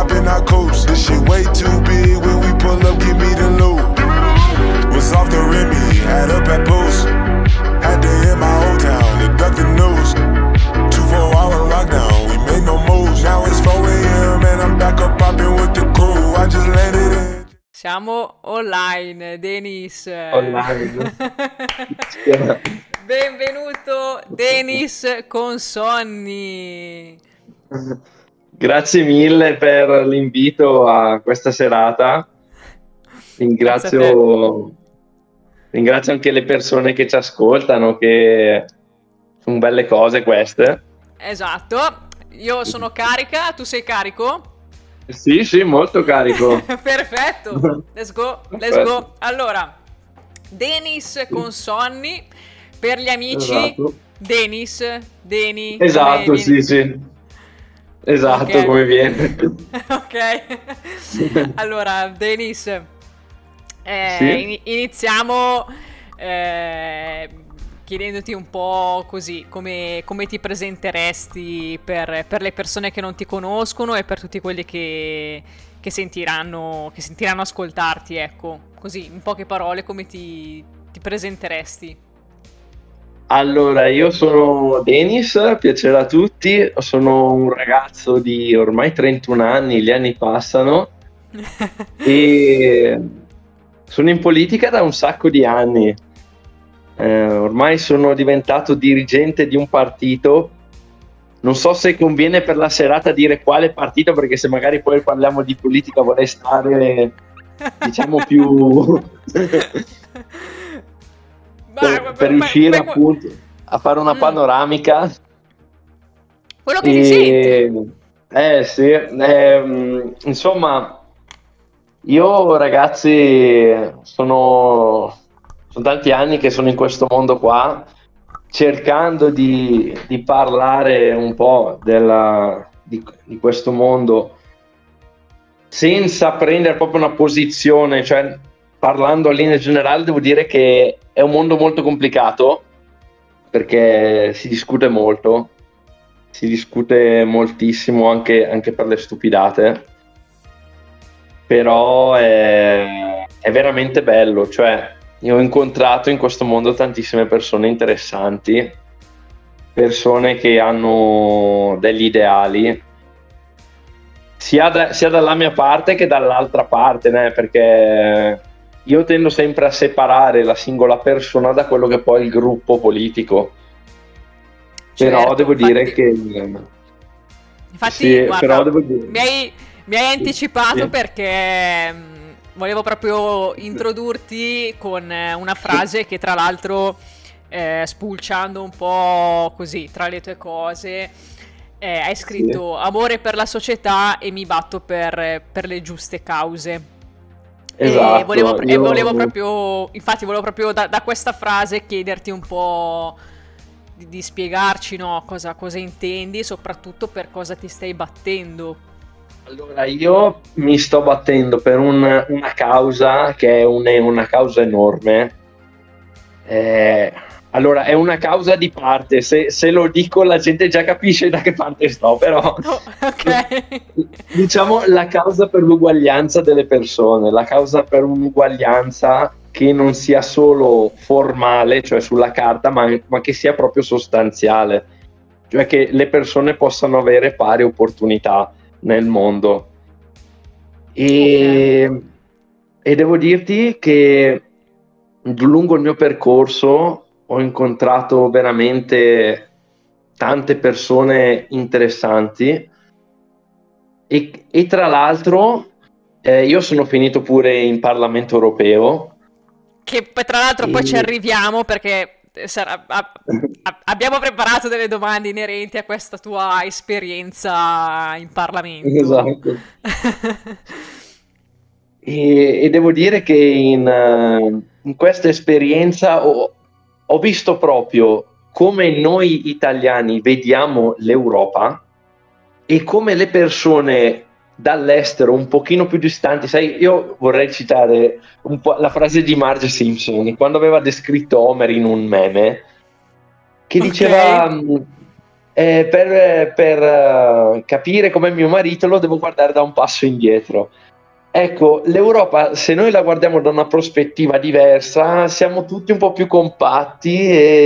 hopping our coast. This shit way too big. When we pull up, give me the loot. Was off the Remy, had up at post. Had to hit my old town to duck the news. 2-4-hour lockdown, we made no moves. Now it's 4 a.m. and I'm back up popping with the crew. I just landed in. Siamo online, Denis. Online. Benvenuto, Denis Consonni. Grazie mille per l'invito a questa serata. Ringrazio anche le persone che ci ascoltano, che sono belle cose queste. Esatto, io sono carica, tu sei carico? Sì, molto carico. Perfetto, let's go. Allora, Denis Consonni, per gli amici, esatto. Deni. Esatto, sì. Esatto, okay. Come viene. Ok. Allora, Denis, sì? iniziamo chiedendoti un po' così, come ti presenteresti per le persone che non ti conoscono e per tutti quelli che sentiranno ascoltarti, ecco. Così, in poche parole, come ti presenteresti? Allora, io sono Denis, piacere a tutti, sono un ragazzo di ormai 31 anni, gli anni passano, e sono in politica da un sacco di anni. Ormai sono diventato dirigente di un partito. Non so se conviene per la serata dire quale partito, perché se magari poi parliamo di politica vorrei stare, diciamo, più... per riuscire appunto a fare una panoramica. Quello che ti sente. Sì, insomma, io ragazzi sono tanti anni che sono in questo mondo qua, cercando di parlare un po' di questo mondo senza prendere proprio una posizione, cioè parlando in linea generale devo dire che è un mondo molto complicato, perché si discute molto, si discute moltissimo anche per le stupidate, però è veramente bello. Cioè, io ho incontrato in questo mondo tantissime persone interessanti, persone che hanno degli ideali, sia dalla mia parte che dall'altra parte, né? Perché io tendo sempre a separare la singola persona da quello che poi è il gruppo politico. Certo, però devo dire che... Infatti, sì, guarda, però devo dire... mi hai anticipato, sì. Perché volevo proprio introdurti con una frase che tra l'altro, spulciando un po' così tra le tue cose, hai scritto: sì. Amore per la società e mi batto per le giuste cause. Esatto, e volevo proprio da questa frase chiederti un po' di spiegarci, no, cosa intendi e soprattutto per cosa ti stai battendo. Allora, io mi sto battendo per una causa che è una causa enorme. Allora, è una causa di parte, se lo dico la gente già capisce da che parte sto, però ok. Diciamo la causa per l'uguaglianza delle persone, la causa per un'uguaglianza che non sia solo formale, cioè sulla carta, ma che sia proprio sostanziale, cioè che le persone possano avere pari opportunità nel mondo. E devo dirti che lungo il mio percorso ho incontrato veramente tante persone interessanti e tra l'altro io sono finito pure in Parlamento europeo, che tra l'altro poi ci arriviamo, perché abbiamo preparato delle domande inerenti a questa tua esperienza in Parlamento. Esatto. e devo dire che in questa esperienza ho visto proprio come noi italiani vediamo l'Europa e come le persone dall'estero un pochino più distanti, sai, io vorrei citare un po' la frase di Marge Simpson quando aveva descritto Homer in un meme che diceva per capire come mio marito lo devo guardare da un passo indietro. Ecco, l'Europa, se noi la guardiamo da una prospettiva diversa, siamo tutti un po' più compatti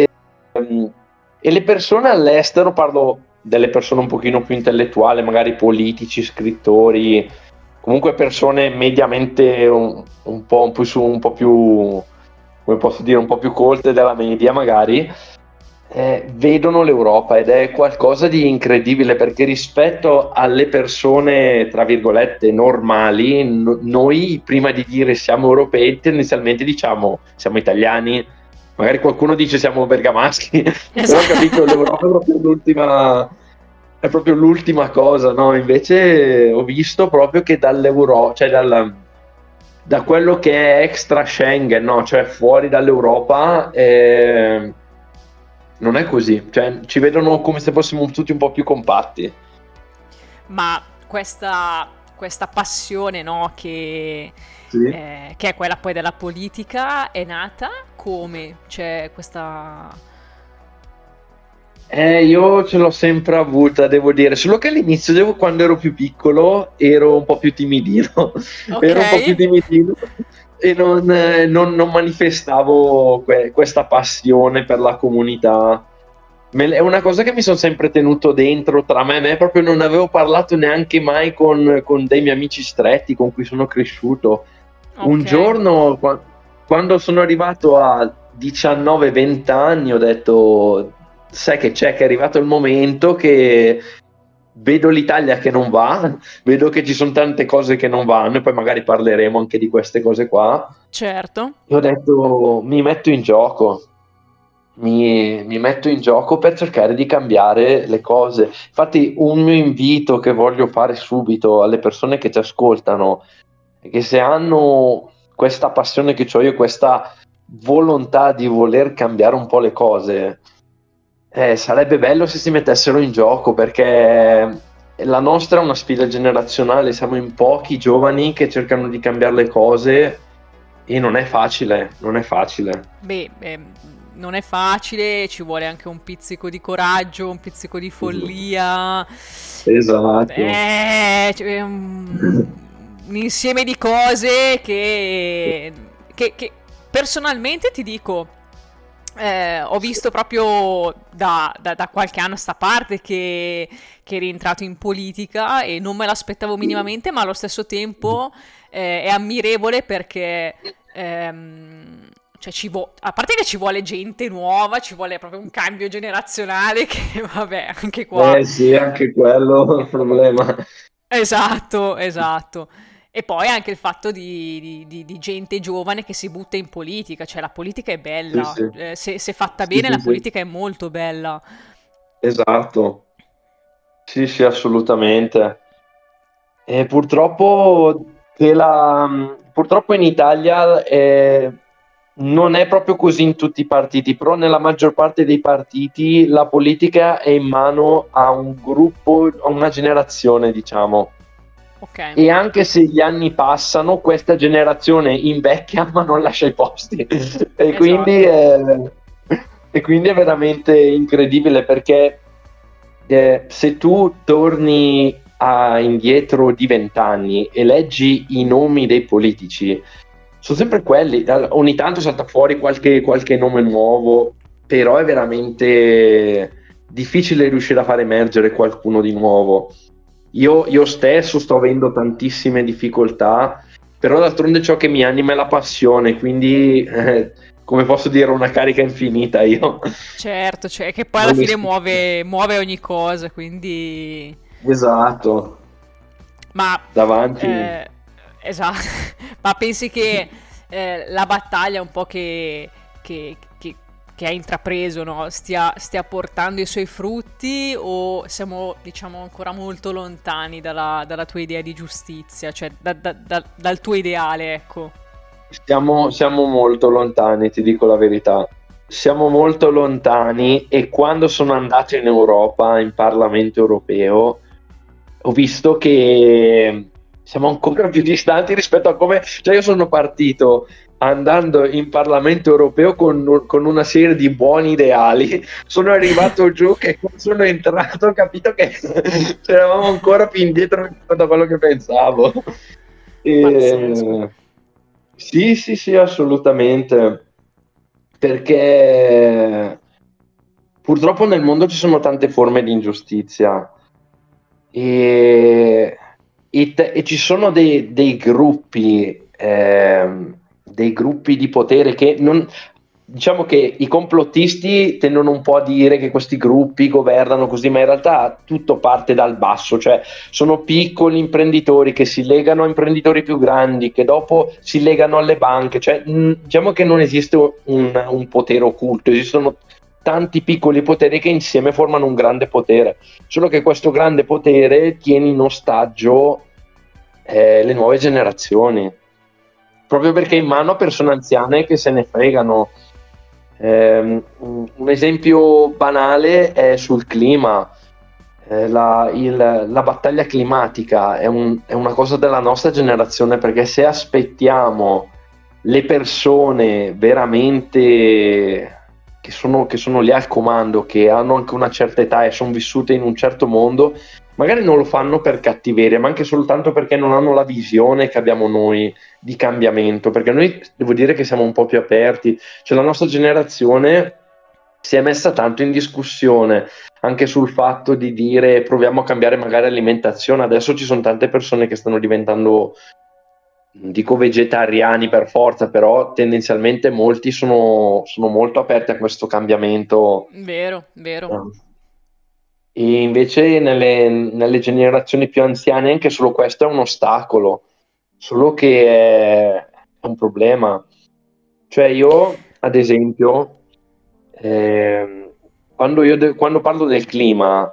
e le persone all'estero, parlo delle persone un pochino più intellettuali, magari politici, scrittori, comunque persone mediamente un po' più, come posso dire, un po' più colte della media magari, vedono l'Europa ed è qualcosa di incredibile, perché rispetto alle persone tra virgolette normali, noi prima di dire siamo europei tendenzialmente diciamo siamo italiani, magari qualcuno dice siamo bergamaschi, però ho capito, l'Europa è proprio l'ultima cosa, no? Invece ho visto proprio che dall'Europa, cioè da quello che è extra Schengen, no? Cioè fuori dall'Europa, non è così, cioè ci vedono come se fossimo tutti un po' più compatti. Ma questa passione, no, che Sì. che è quella poi della politica, è nata come? C'è questa... Io ce l'ho sempre avuta, devo dire, solo che all'inizio, quando ero più piccolo, ero un po' più timidino, ero un po' più Ok, timidino e non manifestavo questa passione per la comunità. È una cosa che mi sono sempre tenuto dentro tra me e me, proprio non avevo parlato neanche mai con dei miei amici stretti con cui sono cresciuto. Un ok. giorno, quando sono arrivato a 19-20 anni, ho detto, sai che c'è, che è arrivato il momento che vedo l'Italia che non va, vedo che ci sono tante cose che non vanno, e poi magari parleremo anche di queste cose qua. Certo. E ho detto, mi metto in gioco. Mi metto in gioco per cercare di cambiare le cose. Infatti, un mio invito che voglio fare subito alle persone che ci ascoltano è che se hanno questa passione che ho io, questa volontà di voler cambiare un po' le cose, sarebbe bello se si mettessero in gioco, perché la nostra è una sfida generazionale, siamo in pochi giovani che cercano di cambiare le cose e non è facile, non è facile. Beh, non è facile, ci vuole anche un pizzico di coraggio, un pizzico di follia, Esatto. cioè, un insieme di cose che personalmente ti dico, ho visto proprio da qualche anno a sta parte che è rientrato in politica e non me l'aspettavo minimamente, ma allo stesso tempo è ammirevole perché... cioè a parte che ci vuole gente nuova, ci vuole proprio un cambio generazionale che vabbè, anche qua. Eh sì, anche quello è un problema. Esatto, esatto. E poi anche il fatto di gente giovane che si butta in politica, cioè la politica è Sì, bella, sì, se fatta sì, bene sì, la sì. politica è molto bella. Esatto. Sì, sì, assolutamente. E purtroppo in Italia non è proprio così in tutti i partiti, però nella maggior parte dei partiti la politica è in mano a un gruppo, a una generazione, diciamo. Ok, E anche se gli anni passano, questa generazione invecchia ma non lascia i posti. E quindi, esatto. e quindi è veramente incredibile, perché se tu torni indietro di 20 anni e leggi i nomi dei politici, sono sempre quelli. Ogni tanto salta fuori qualche nome nuovo, però è veramente difficile riuscire a far emergere qualcuno di nuovo. Io stesso sto avendo tantissime difficoltà, però d'altronde ciò che mi anima è la passione, quindi come posso dire, una carica infinita io. Certo, cioè che poi alla Non mi fine st- muove ogni cosa, quindi... Esatto, Ma, davanti. eh, esatto, ma pensi che la battaglia un po' che hai intrapreso, no, stia portando i suoi frutti o siamo, diciamo, ancora molto lontani dalla tua idea di giustizia, cioè dal tuo ideale, ecco. Siamo molto lontani, ti dico la verità. Siamo molto lontani, e quando sono andato in Europa, in Parlamento europeo, ho visto che siamo ancora più distanti rispetto a come... Cioè io sono partito andando in Parlamento europeo con una serie di buoni ideali. Sono arrivato giù che quando sono entrato ho capito che eravamo ancora più indietro rispetto a quello che pensavo. Pazzesco. Sì, sì, sì, assolutamente. Perché purtroppo nel mondo ci sono tante forme di ingiustizia e, e ci sono dei gruppi di potere che non, diciamo che i complottisti tendono un po' a dire che questi gruppi governano così, ma in realtà tutto parte dal basso, cioè sono piccoli imprenditori che si legano a imprenditori più grandi, che dopo si legano alle banche, cioè diciamo che non esiste un potere occulto, esistono tanti piccoli poteri che insieme formano un grande potere, solo che questo grande potere tiene in ostaggio le nuove generazioni, proprio perché è in mano a persone anziane che se ne fregano. Un esempio banale è sul clima. La battaglia climatica è una cosa della nostra generazione, perché se aspettiamo le persone veramente che sono lì al comando, che hanno anche una certa età e sono vissute in un certo mondo, magari non lo fanno per cattiveria, ma anche soltanto perché non hanno la visione che abbiamo noi di cambiamento, perché noi devo dire che siamo un po' più aperti, cioè la nostra generazione si è messa tanto in discussione anche sul fatto di dire proviamo a cambiare magari alimentazione. Adesso ci sono tante persone che stanno diventando, non dico vegetariani per forza, però tendenzialmente molti sono molto aperti a questo cambiamento. Vero, vero. E invece nelle generazioni più anziane anche solo questo è un ostacolo, solo che è un problema. Cioè io, ad esempio, quando parlo del clima,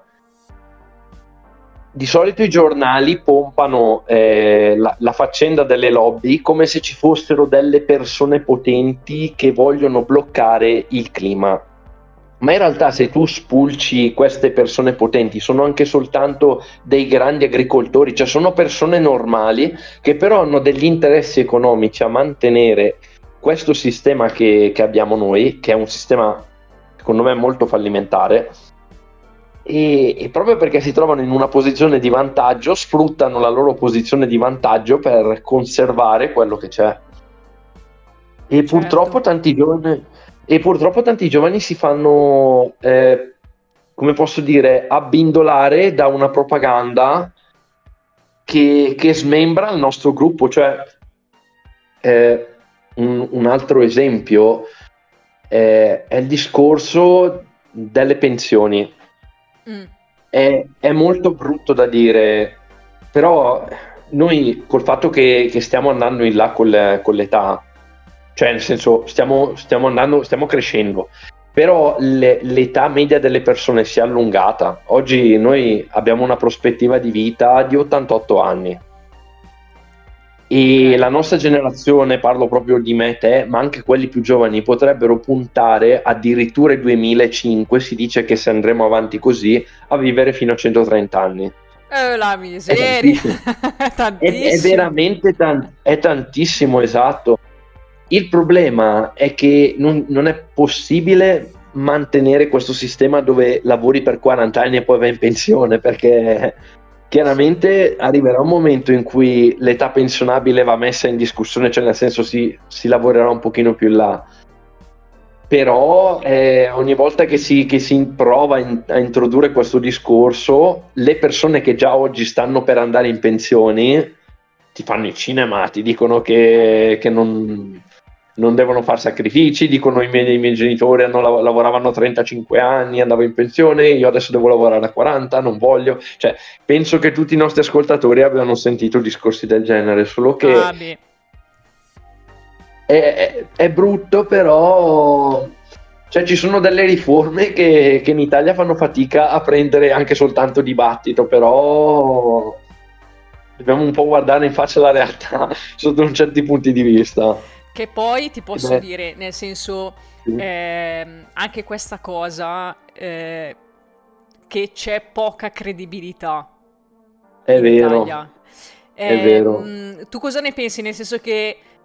di solito i giornali pompano la faccenda delle lobby come se ci fossero delle persone potenti che vogliono bloccare il clima. Ma in realtà se tu spulci queste persone potenti, sono anche soltanto dei grandi agricoltori, cioè sono persone normali che però hanno degli interessi economici a mantenere questo sistema che abbiamo noi, che è un sistema secondo me molto fallimentare, e proprio perché si trovano in una posizione di vantaggio, sfruttano la loro posizione di vantaggio per conservare quello che c'è. E purtroppo Certo. tanti giovani si fanno, come posso dire, abbindolare da una propaganda che smembra il nostro gruppo. Cioè, eh, un altro esempio è il discorso delle pensioni. Mm. È molto brutto da dire, però noi col fatto che stiamo andando in là con l'età, cioè nel senso stiamo crescendo, però l'età media delle persone si è allungata. Oggi noi abbiamo una prospettiva di vita di 88 anni. E Ok. la nostra generazione, parlo proprio di me e te, ma anche quelli più giovani, potrebbero puntare addirittura ai 2005, si dice che se andremo avanti così, a vivere fino a 130 anni. La È miseria. tantissimo, è Tantissimo. veramente è tantissimo, esatto. Il problema è che non è possibile mantenere questo sistema dove lavori per 40 anni e poi vai in pensione, perché chiaramente arriverà un momento in cui l'età pensionabile va messa in discussione, cioè nel senso si lavorerà un pochino più in là. Però ogni volta che si prova a introdurre questo discorso, le persone che già oggi stanno per andare in pensioni ti fanno i cinema, ti dicono che non devono fare sacrifici, dicono i miei genitori lavoravano 35 anni, andavo in pensione, io adesso devo lavorare a 40, non voglio. Cioè, penso che tutti i nostri ascoltatori abbiano sentito discorsi del genere, solo che Ah, beh. è brutto, però cioè, ci sono delle riforme che in Italia fanno fatica a prendere anche soltanto dibattito, però dobbiamo un po' guardare in faccia la realtà sotto certi punti di vista. Che poi ti posso Beh, dire, nel senso, sì, anche questa cosa, che c'è poca credibilità è in vero, Italia. è vero. Tu cosa ne pensi? Nel senso che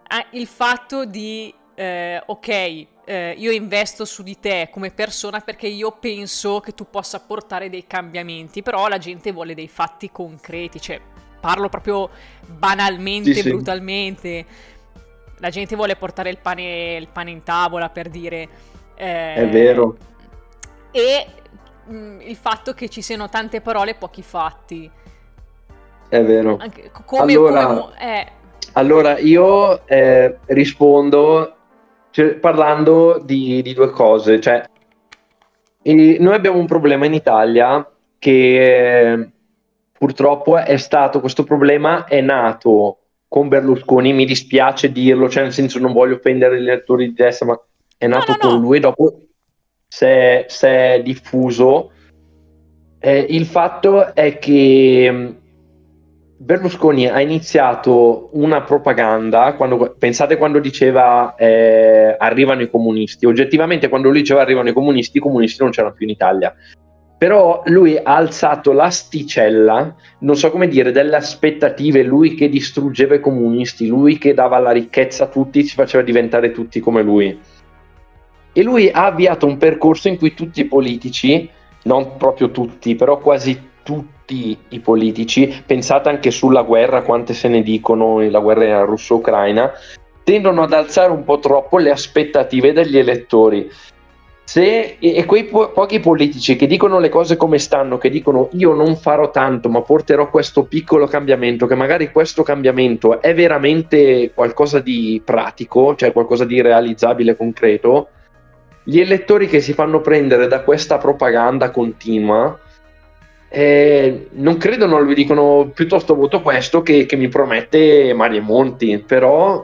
il fatto di, ok, io investo su di te come persona perché io penso che tu possa portare dei cambiamenti, però la gente vuole dei fatti concreti, cioè parlo proprio banalmente, Sì, sì. brutalmente. La gente vuole portare il pane in tavola, per dire. È vero, E il fatto che ci siano tante parole e pochi fatti. è vero. Anche Allora, allora io rispondo parlando di due cose. Cioè, noi abbiamo un problema in Italia che purtroppo è stato, questo problema è nato con Berlusconi, mi dispiace dirlo, cioè nel senso non voglio offendere gli elettori di destra, ma è No, nato no, con no. lui, dopo si è diffuso. Il fatto è che Berlusconi ha iniziato una propaganda, pensate quando diceva arrivano i comunisti, oggettivamente quando lui diceva arrivano i comunisti non c'erano più in Italia, però lui ha alzato l'asticella, non so come dire, delle aspettative, lui che distruggeva i comunisti, lui che dava la ricchezza a tutti, ci faceva diventare tutti come lui. E lui ha avviato un percorso in cui tutti i politici, non proprio tutti, però quasi tutti i politici, pensate anche sulla guerra, quante se ne dicono, la guerra russo-ucraina, tendono ad alzare un po' troppo le aspettative degli elettori. E quei pochi politici che dicono le cose come stanno, che dicono io non farò tanto ma porterò questo piccolo cambiamento, che magari questo cambiamento è veramente qualcosa di pratico, cioè qualcosa di realizzabile, concreto, gli elettori che si fanno prendere da questa propaganda continua non credono, lui, dicono piuttosto voto questo che mi promette Mario Monti, però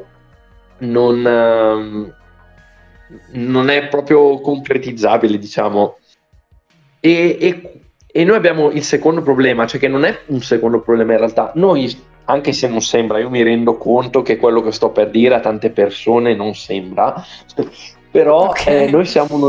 non è proprio concretizzabile, diciamo. E noi abbiamo il secondo problema, cioè che non è un secondo problema in realtà. Noi, anche se non sembra, io mi rendo conto che quello che sto per dire a tante persone non sembra, però Ok. noi siamo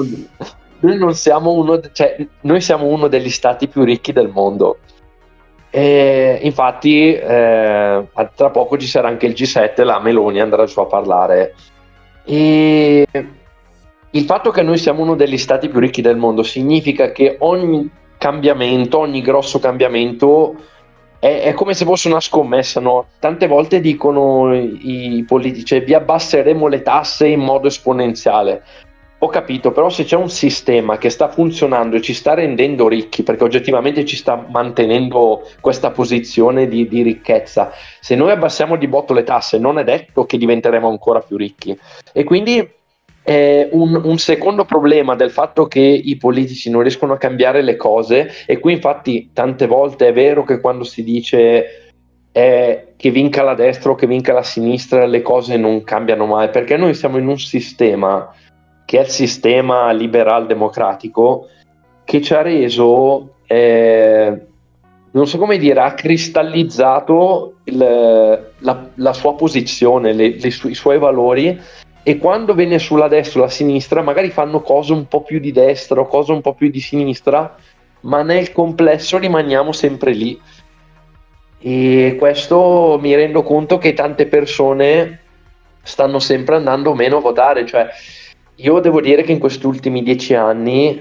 noi siamo uno degli stati più ricchi del mondo. E infatti tra poco ci sarà anche il G7, la Meloni andrà giù a parlare. E il fatto che noi siamo uno degli stati più ricchi del mondo significa che ogni cambiamento, ogni grosso cambiamento è come se fosse una scommessa, no? Tante volte dicono i politici, vi abbasseremo le tasse in modo esponenziale. Ho capito, però se c'è un sistema che sta funzionando e ci sta rendendo ricchi, perché oggettivamente ci sta mantenendo questa posizione di ricchezza, se noi abbassiamo di botto le tasse non è detto che diventeremo ancora più ricchi. E quindi un secondo problema del fatto che i politici non riescono a cambiare le cose, e qui infatti tante volte è vero che quando si dice che vinca la destra o che vinca la sinistra le cose non cambiano mai, perché noi siamo in un sistema che è il sistema liberal democratico, che ci ha reso, non so come dire, ha cristallizzato la sua posizione, i suoi valori, e quando viene sulla destra o la sinistra magari fanno cose un po' più di destra o cose un po' più di sinistra, ma nel complesso rimaniamo sempre lì. E questo mi rendo conto che tante persone stanno sempre andando meno a votare, cioè io devo dire che in questi ultimi 10 anni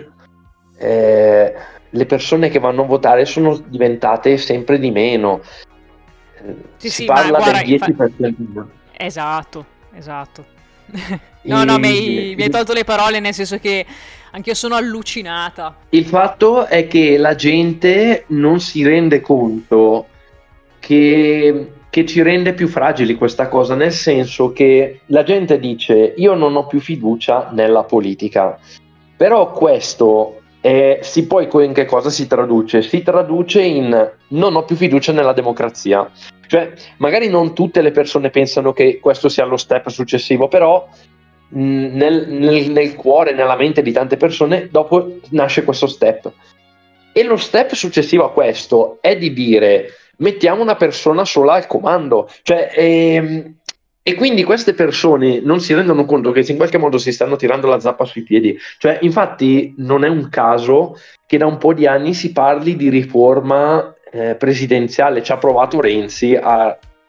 le persone che vanno a votare sono diventate sempre di meno. Sì, Si sì, ma parla guarda, del 10%. esatto. No, mi hai tolto le parole, nel senso che anch'io sono allucinata. Il fatto è che la gente non si rende conto che ci rende più fragili questa cosa, nel senso che la gente dice io non ho più fiducia nella politica, però questo poi in che cosa si traduce? Si traduce in non ho più fiducia nella democrazia. Cioè, magari non tutte le persone pensano che questo sia lo step successivo, però nel cuore, nella mente di tante persone, dopo nasce questo step. E lo step successivo a questo è di dire mettiamo una persona sola al comando. Cioè, e quindi queste persone non si rendono conto che in qualche modo si stanno tirando la zappa sui piedi. Cioè, infatti non è un caso che da un po' di anni si parli di riforma presidenziale. Ci ha provato Renzi a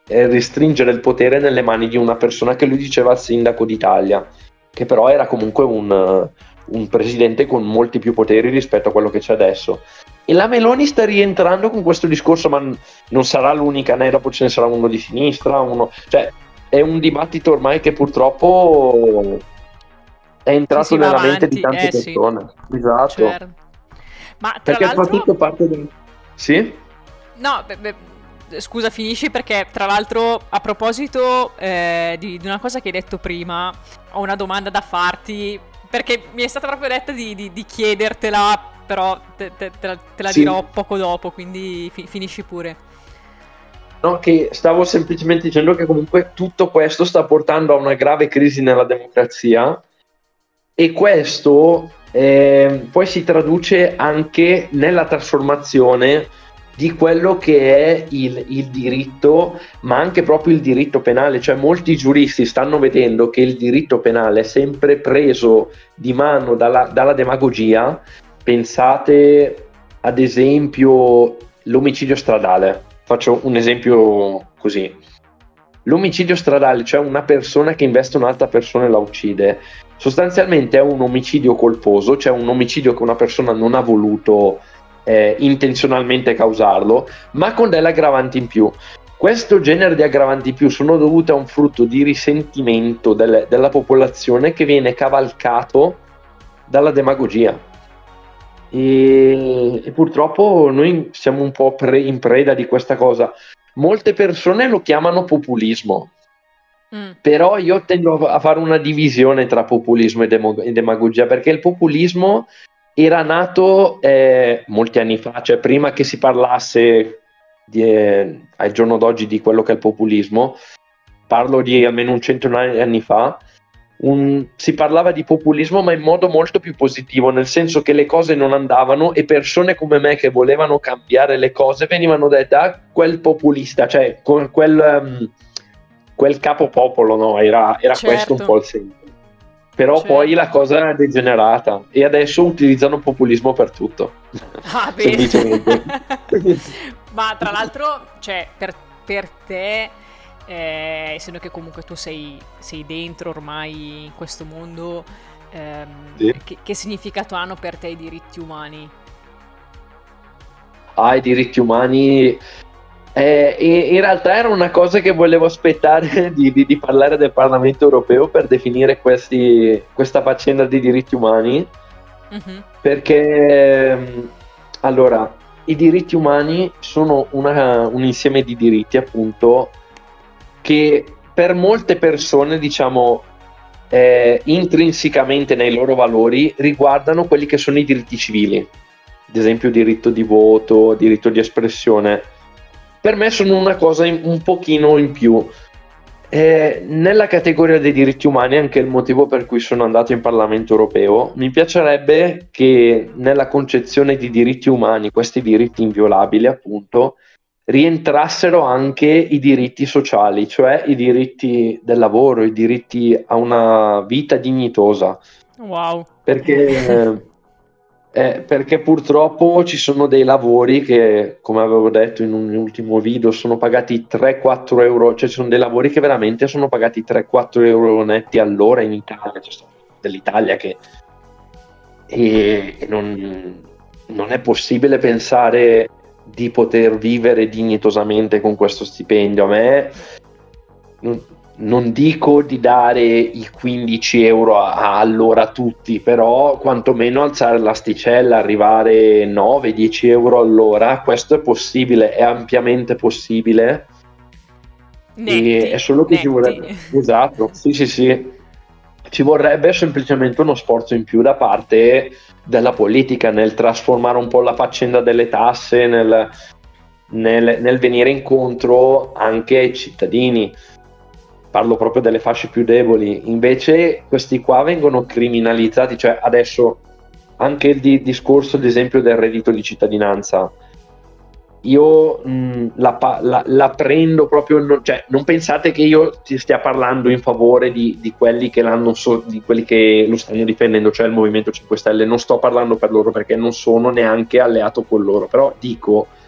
restringere il potere nelle mani di una persona che lui diceva il sindaco d'Italia, che però era comunque un presidente con molti più poteri rispetto a quello che c'è adesso. E la Meloni sta rientrando con questo discorso, ma non sarà l'unica, né dopo ce ne sarà uno di sinistra, cioè è un dibattito ormai che purtroppo è entrato nella mente di tante persone. Sì. Esatto. Certo. Ma tra perché l'altro... fa tutto parte del... Sì? No, scusa, finisci, perché tra l'altro a proposito di una cosa che hai detto prima, ho una domanda da farti, perché mi è stata proprio detta di chiedertela, però te la Sì. dirò poco dopo, quindi finisci pure. No, che stavo semplicemente dicendo che comunque tutto questo sta portando a una grave crisi nella democrazia, e questo poi si traduce anche nella trasformazione di quello che è il diritto, ma anche proprio il diritto penale. Cioè molti giuristi stanno vedendo che il diritto penale è sempre preso di mano dalla demagogia. Pensate ad esempio l'omicidio stradale. Faccio un esempio così. L'omicidio stradale, cioè una persona che investe un'altra persona e la uccide, sostanzialmente è un omicidio colposo, cioè un omicidio che una persona non ha voluto intenzionalmente causarlo, ma con delle aggravanti in più. Questo genere di aggravanti in più sono dovute a un frutto di risentimento della popolazione che viene cavalcato dalla demagogia. E purtroppo noi siamo un po' in preda di questa cosa. Molte persone lo chiamano populismo, però io tendo a fare una divisione tra populismo e demagogia, perché il populismo era nato molti anni fa, cioè prima che si parlasse al giorno d'oggi di quello che è il populismo, parlo di almeno un 100 anni fa. Si parlava di populismo, ma in modo molto più positivo, nel senso che le cose non andavano e persone come me che volevano cambiare le cose venivano dette quel populista, cioè quel capopopolo, no? Era Certo. questo un po' il senso. Però Certo. poi la cosa è degenerata e adesso utilizzano populismo per tutto. Ah, bene. Semplicemente. Ma tra l'altro, cioè, per te, essendo che comunque tu sei dentro ormai in questo mondo, Sì. che significato hanno per te i diritti umani? I diritti umani, in realtà era una cosa che volevo aspettare di parlare del Parlamento europeo per definire questa faccenda di diritti umani, perché allora i diritti umani sono un insieme di diritti, appunto, che per molte persone, diciamo, intrinsecamente nei loro valori riguardano quelli che sono i diritti civili, ad esempio diritto di voto, diritto di espressione. Per me sono una cosa un pochino in più. Nella categoria dei diritti umani, anche il motivo per cui sono andato in Parlamento europeo, mi piacerebbe che nella concezione di diritti umani, questi diritti inviolabili appunto, rientrassero anche i diritti sociali, cioè i diritti del lavoro, i diritti a una vita dignitosa. Wow. Perché purtroppo ci sono dei lavori che, come avevo detto in un ultimo video, sono pagati 3-4 euro, cioè ci sono dei lavori che veramente sono pagati 3-4 euro netti all'ora in Italia, cioè dell'Italia che non è possibile pensare di poter vivere dignitosamente con questo stipendio. A me non dico di dare i 15 euro all'ora a tutti, però quantomeno alzare l'asticella, arrivare 9-10 euro all'ora, questo è possibile, è ampiamente possibile. Netti, è solo che ci vorrebbe, esatto, sì, ci vorrebbe semplicemente uno sforzo in più da parte della politica nel trasformare un po' la faccenda delle tasse, nel venire incontro anche ai cittadini. Parlo proprio delle fasce più deboli. Invece questi qua vengono criminalizzati, cioè adesso anche il discorso ad esempio del reddito di cittadinanza, io la prendo proprio, cioè non pensate che io ti stia parlando in favore di quelli che di quelli che lo stanno difendendo, cioè il Movimento 5 Stelle, non sto parlando per loro perché non sono neanche alleato con loro, però dico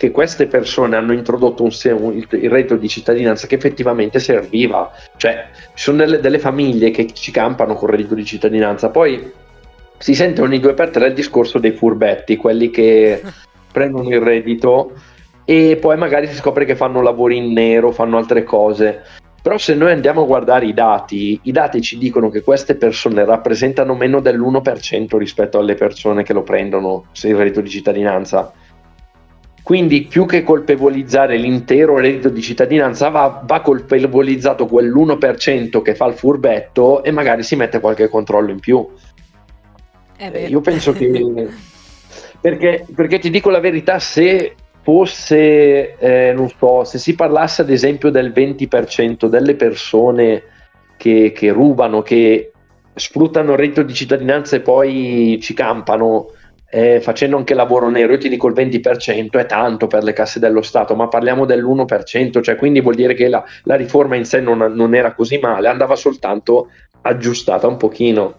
che queste persone hanno introdotto il reddito di cittadinanza che effettivamente serviva. Cioè, ci sono delle famiglie che ci campano con il reddito di cittadinanza. Poi si sente ogni 2x3 il discorso dei furbetti, quelli che prendono il reddito e poi magari si scopre che fanno lavori in nero, fanno altre cose. Però se noi andiamo a guardare i dati ci dicono che queste persone rappresentano meno dell'1% rispetto alle persone che lo prendono, se il reddito di cittadinanza. Quindi più che colpevolizzare l'intero reddito di cittadinanza va colpevolizzato quell'1% che fa il furbetto e magari si mette qualche controllo in più. Io penso che perché ti dico la verità, se fosse non so, se si parlasse ad esempio del 20% delle persone che rubano, che sfruttano il reddito di cittadinanza e poi ci campano facendo anche lavoro nero, io ti dico il 20% è tanto per le casse dello Stato, ma parliamo dell'1%, cioè quindi vuol dire che la riforma in sé non era così male, andava soltanto aggiustata un pochino.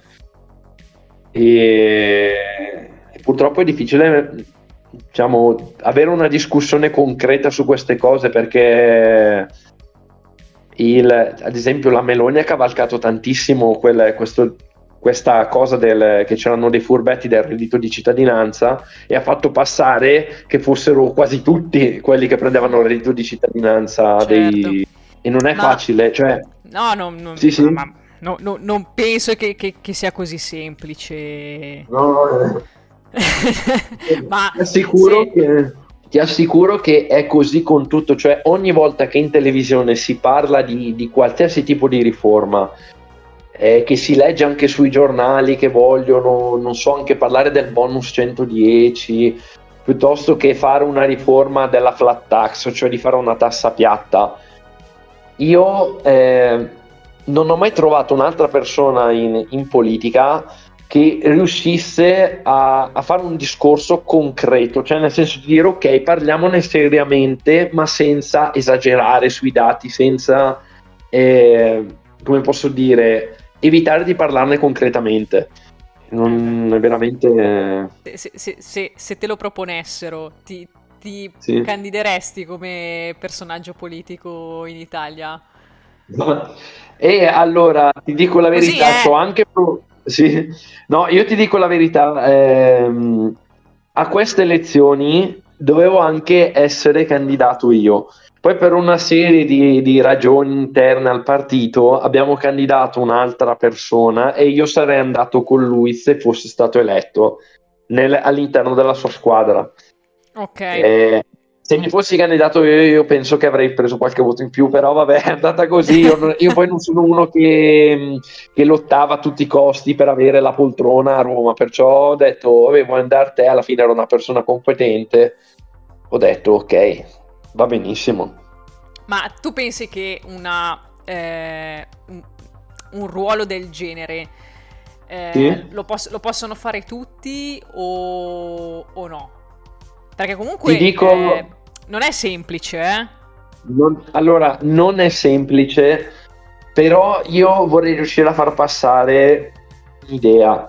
E purtroppo è difficile, diciamo, avere una discussione concreta su queste cose, perché ad esempio la Meloni ha cavalcato tantissimo questa cosa che c'erano dei furbetti del reddito di cittadinanza e ha fatto passare che fossero quasi tutti quelli che prendevano il reddito di cittadinanza, certo. E non è facile, cioè sì. Non penso che sia così semplice. No. Ma ti assicuro che è così con tutto, cioè ogni volta che in televisione si parla di qualsiasi tipo di riforma, che si legge anche sui giornali che vogliono, non so, anche parlare del bonus 110, piuttosto che fare una riforma della flat tax, cioè di fare una tassa piatta, io non ho mai trovato un'altra persona in politica che riuscisse a fare un discorso concreto, cioè nel senso di dire ok, parliamone seriamente, ma senza esagerare sui dati, senza come posso dire, evitare di parlarne concretamente. Non è veramente se te lo proponessero ti sì. candideresti come personaggio politico in Italia? E allora ti dico la verità, Così, c'ho anche sì. No, io ti dico la verità, a queste elezioni dovevo anche essere candidato io. Poi per una serie di ragioni interne al partito abbiamo candidato un'altra persona e io sarei andato con lui se fosse stato eletto all'interno della sua squadra. Ok. Se mi fossi candidato io penso che avrei preso qualche voto in più, però vabbè, è andata così. Io poi non sono uno che lottava a tutti i costi per avere la poltrona a Roma, perciò ho detto vabbè, vuoi andare te, alla fine ero una persona competente, ho detto ok, va benissimo. Ma tu pensi che un ruolo del genere Sì? lo possono fare tutti o no? Perché comunque Ti dico, non è semplice, allora, non è semplice, però io vorrei riuscire a far passare l'idea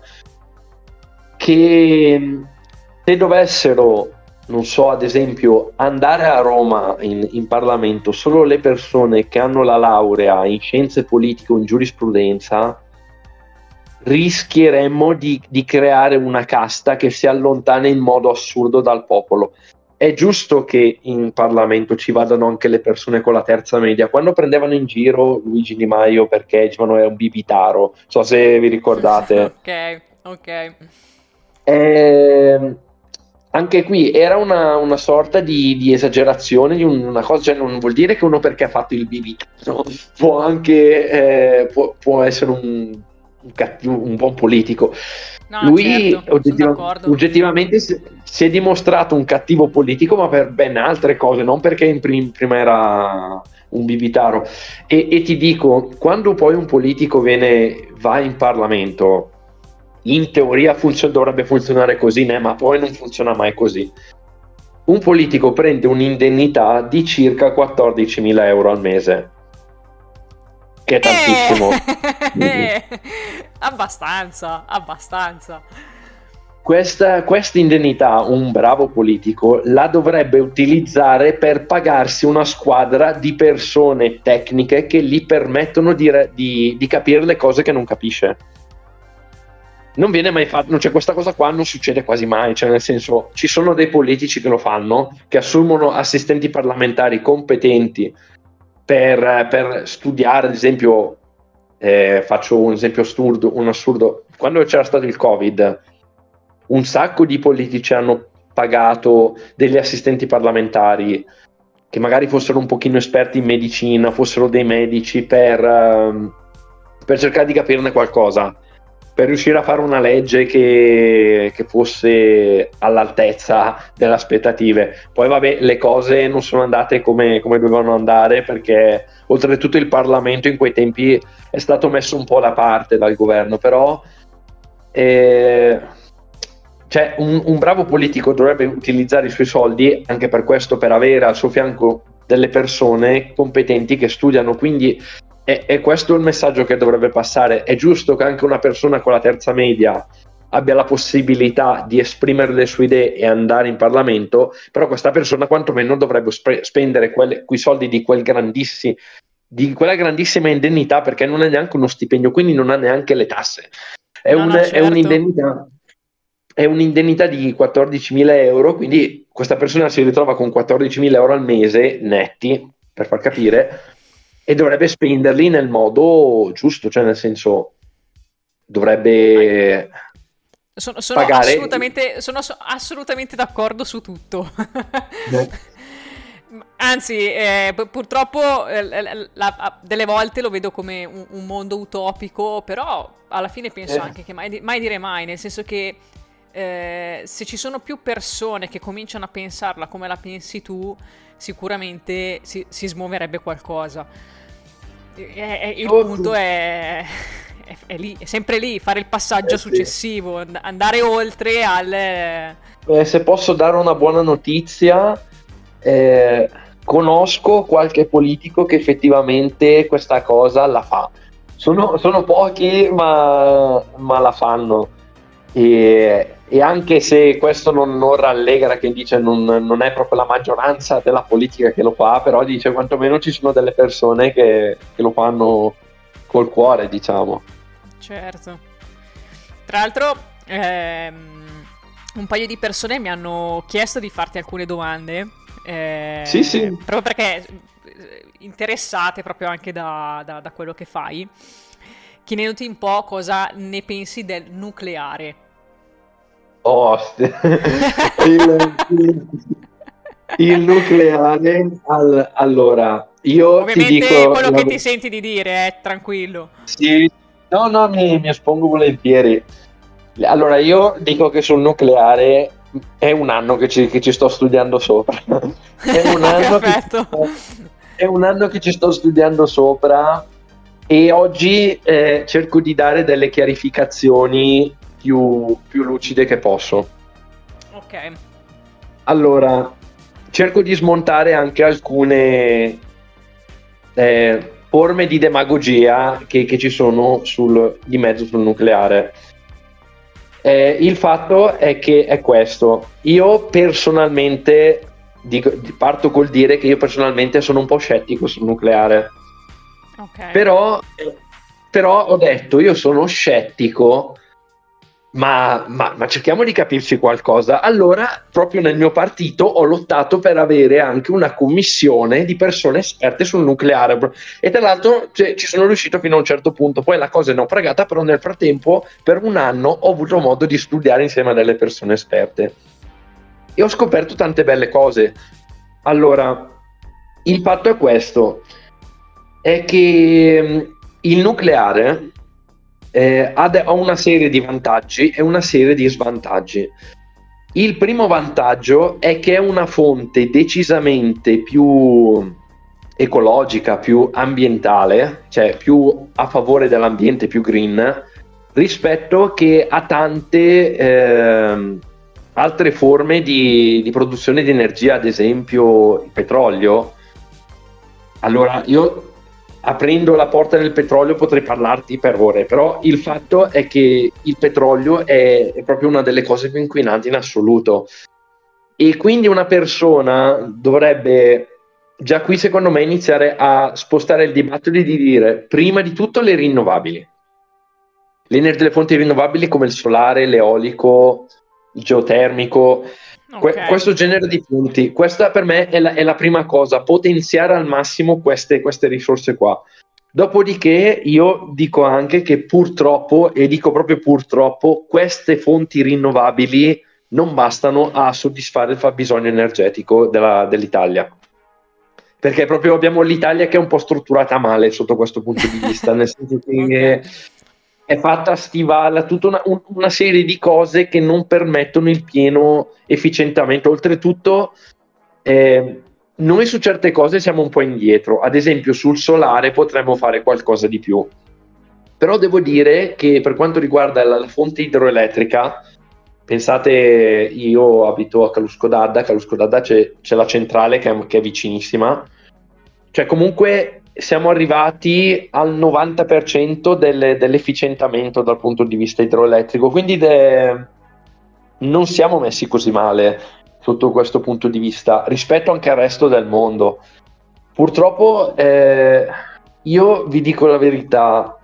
che se dovessero, non so, ad esempio, andare a Roma in Parlamento solo le persone che hanno la laurea in scienze politiche o in giurisprudenza, rischieremmo di creare una casta che si allontana in modo assurdo dal popolo. È giusto che in Parlamento ci vadano anche le persone con la terza media. Quando prendevano in giro Luigi Di Maio perché dicevano è un bibitaro, so se vi ricordate. Ok. Anche qui era una sorta di esagerazione di una cosa, cioè non vuol dire che uno perché ha fatto il bibitaro può anche può essere un buon politico. No, Lui certo, oggettivamente si è dimostrato un cattivo politico, ma per ben altre cose, non perché prima era un bibitaro. E ti dico, quando poi un politico va in Parlamento, in teoria dovrebbe funzionare così, ma poi non funziona mai così. Un politico prende un'indennità di circa 14.000 euro al mese, che è tantissimo. Abbastanza. questa indennità un bravo politico la dovrebbe utilizzare per pagarsi una squadra di persone tecniche che gli permettono di capire le cose che non capisce. Non viene mai fatto, cioè questa cosa qua non succede quasi mai, cioè nel senso, ci sono dei politici che lo fanno, che assumono assistenti parlamentari competenti per studiare, ad esempio, faccio un esempio assurdo, quando c'era stato il Covid, un sacco di politici hanno pagato degli assistenti parlamentari che magari fossero un pochino esperti in medicina, fossero dei medici per cercare di capirne qualcosa, per riuscire a fare una legge che fosse all'altezza delle aspettative. Poi vabbè, le cose non sono andate come dovevano andare, perché oltretutto il Parlamento in quei tempi è stato messo un po' da parte dal governo, però cioè un bravo politico dovrebbe utilizzare i suoi soldi anche per questo, per avere al suo fianco delle persone competenti che studiano, quindi è questo il messaggio che dovrebbe passare. È giusto che anche una persona con la terza media abbia la possibilità di esprimere le sue idee e andare in Parlamento, però questa persona quantomeno dovrebbe spendere quei soldi di quella grandissima indennità, perché non è neanche uno stipendio, quindi non ha neanche le tasse. È un'indennità di 14.000 euro, quindi questa persona si ritrova con 14.000 euro al mese netti, per far capire, e dovrebbe spenderli nel modo giusto, cioè nel senso dovrebbe sono pagare. assolutamente d'accordo su tutto. Anzi, purtroppo delle volte lo vedo come un mondo utopico, però alla fine penso anche che mai dire mai, nel senso che se ci sono più persone che cominciano a pensarla come la pensi tu, sicuramente si smuoverebbe qualcosa. Il punto è lì, è sempre lì, fare il passaggio successivo, andare oltre al... Se posso dare una buona notizia, conosco qualche politico che effettivamente questa cosa la fa. Sono pochi, ma la fanno. E anche se questo non rallegra, che dice non è proprio la maggioranza della politica che lo fa, però dice quantomeno ci sono delle persone che lo fanno col cuore, diciamo. Certo. Tra l'altro un paio di persone mi hanno chiesto di farti alcune domande, sì. proprio perché interessate proprio anche da quello che fai, chiedendoti un po' cosa ne pensi del nucleare. Il nucleare, allora io ovviamente ti dico quello che ti senti di dire, tranquillo. Sì, no, mi espongo volentieri. Allora io dico che sul nucleare è un anno che ci sto studiando sopra. È un anno che ci sto studiando sopra, e oggi cerco di dare delle chiarificazioni più lucide che posso. Ok. Allora, cerco di smontare anche alcune forme di demagogia che ci sono di mezzo sul nucleare. Il fatto è che è questo. Io personalmente parto col dire che io personalmente sono un po' scettico sul nucleare. Okay. Però ho detto, io sono scettico, ma cerchiamo di capirci qualcosa. Allora, proprio nel mio partito ho lottato per avere anche una commissione di persone esperte sul nucleare, e tra l'altro ci sono riuscito fino a un certo punto. Poi la cosa è naufragata, però nel frattempo per un anno ho avuto modo di studiare insieme a delle persone esperte e ho scoperto tante belle cose. Allora, il fatto è questo, è che il nucleare ha una serie di vantaggi e una serie di svantaggi. Il primo vantaggio è che è una fonte decisamente più ecologica, più ambientale, cioè più a favore dell'ambiente, più green, rispetto che a tante altre forme di produzione di energia, ad esempio il petrolio. Allora, io aprendo la porta del petrolio potrei parlarti per ore, però il fatto è che il petrolio è proprio una delle cose più inquinanti in assoluto, e quindi una persona dovrebbe già qui secondo me iniziare a spostare il dibattito di dire prima di tutto le rinnovabili, le fonti rinnovabili come il solare, l'eolico, il geotermico, questo genere di punti. Questa per me è la prima cosa, potenziare al massimo queste risorse qua. Dopodiché io dico anche che purtroppo, e dico proprio purtroppo, queste fonti rinnovabili non bastano a soddisfare il fabbisogno energetico dell'Italia. Perché proprio abbiamo l'Italia che è un po' strutturata male sotto questo punto di vista, nel senso che è fatta stivalla, tutta una serie di cose che non permettono il pieno efficientamento. Oltretutto, noi su certe cose siamo un po' indietro. Ad esempio, sul solare potremmo fare qualcosa di più. Però devo dire che per quanto riguarda la fonte idroelettrica, pensate, io abito a Calusco d'Adda c'è la centrale che è vicinissima. Cioè, comunque siamo arrivati al 90% dell'efficientamento dal punto di vista idroelettrico, quindi non siamo messi così male sotto questo punto di vista rispetto anche al resto del mondo. Purtroppo io vi dico la verità,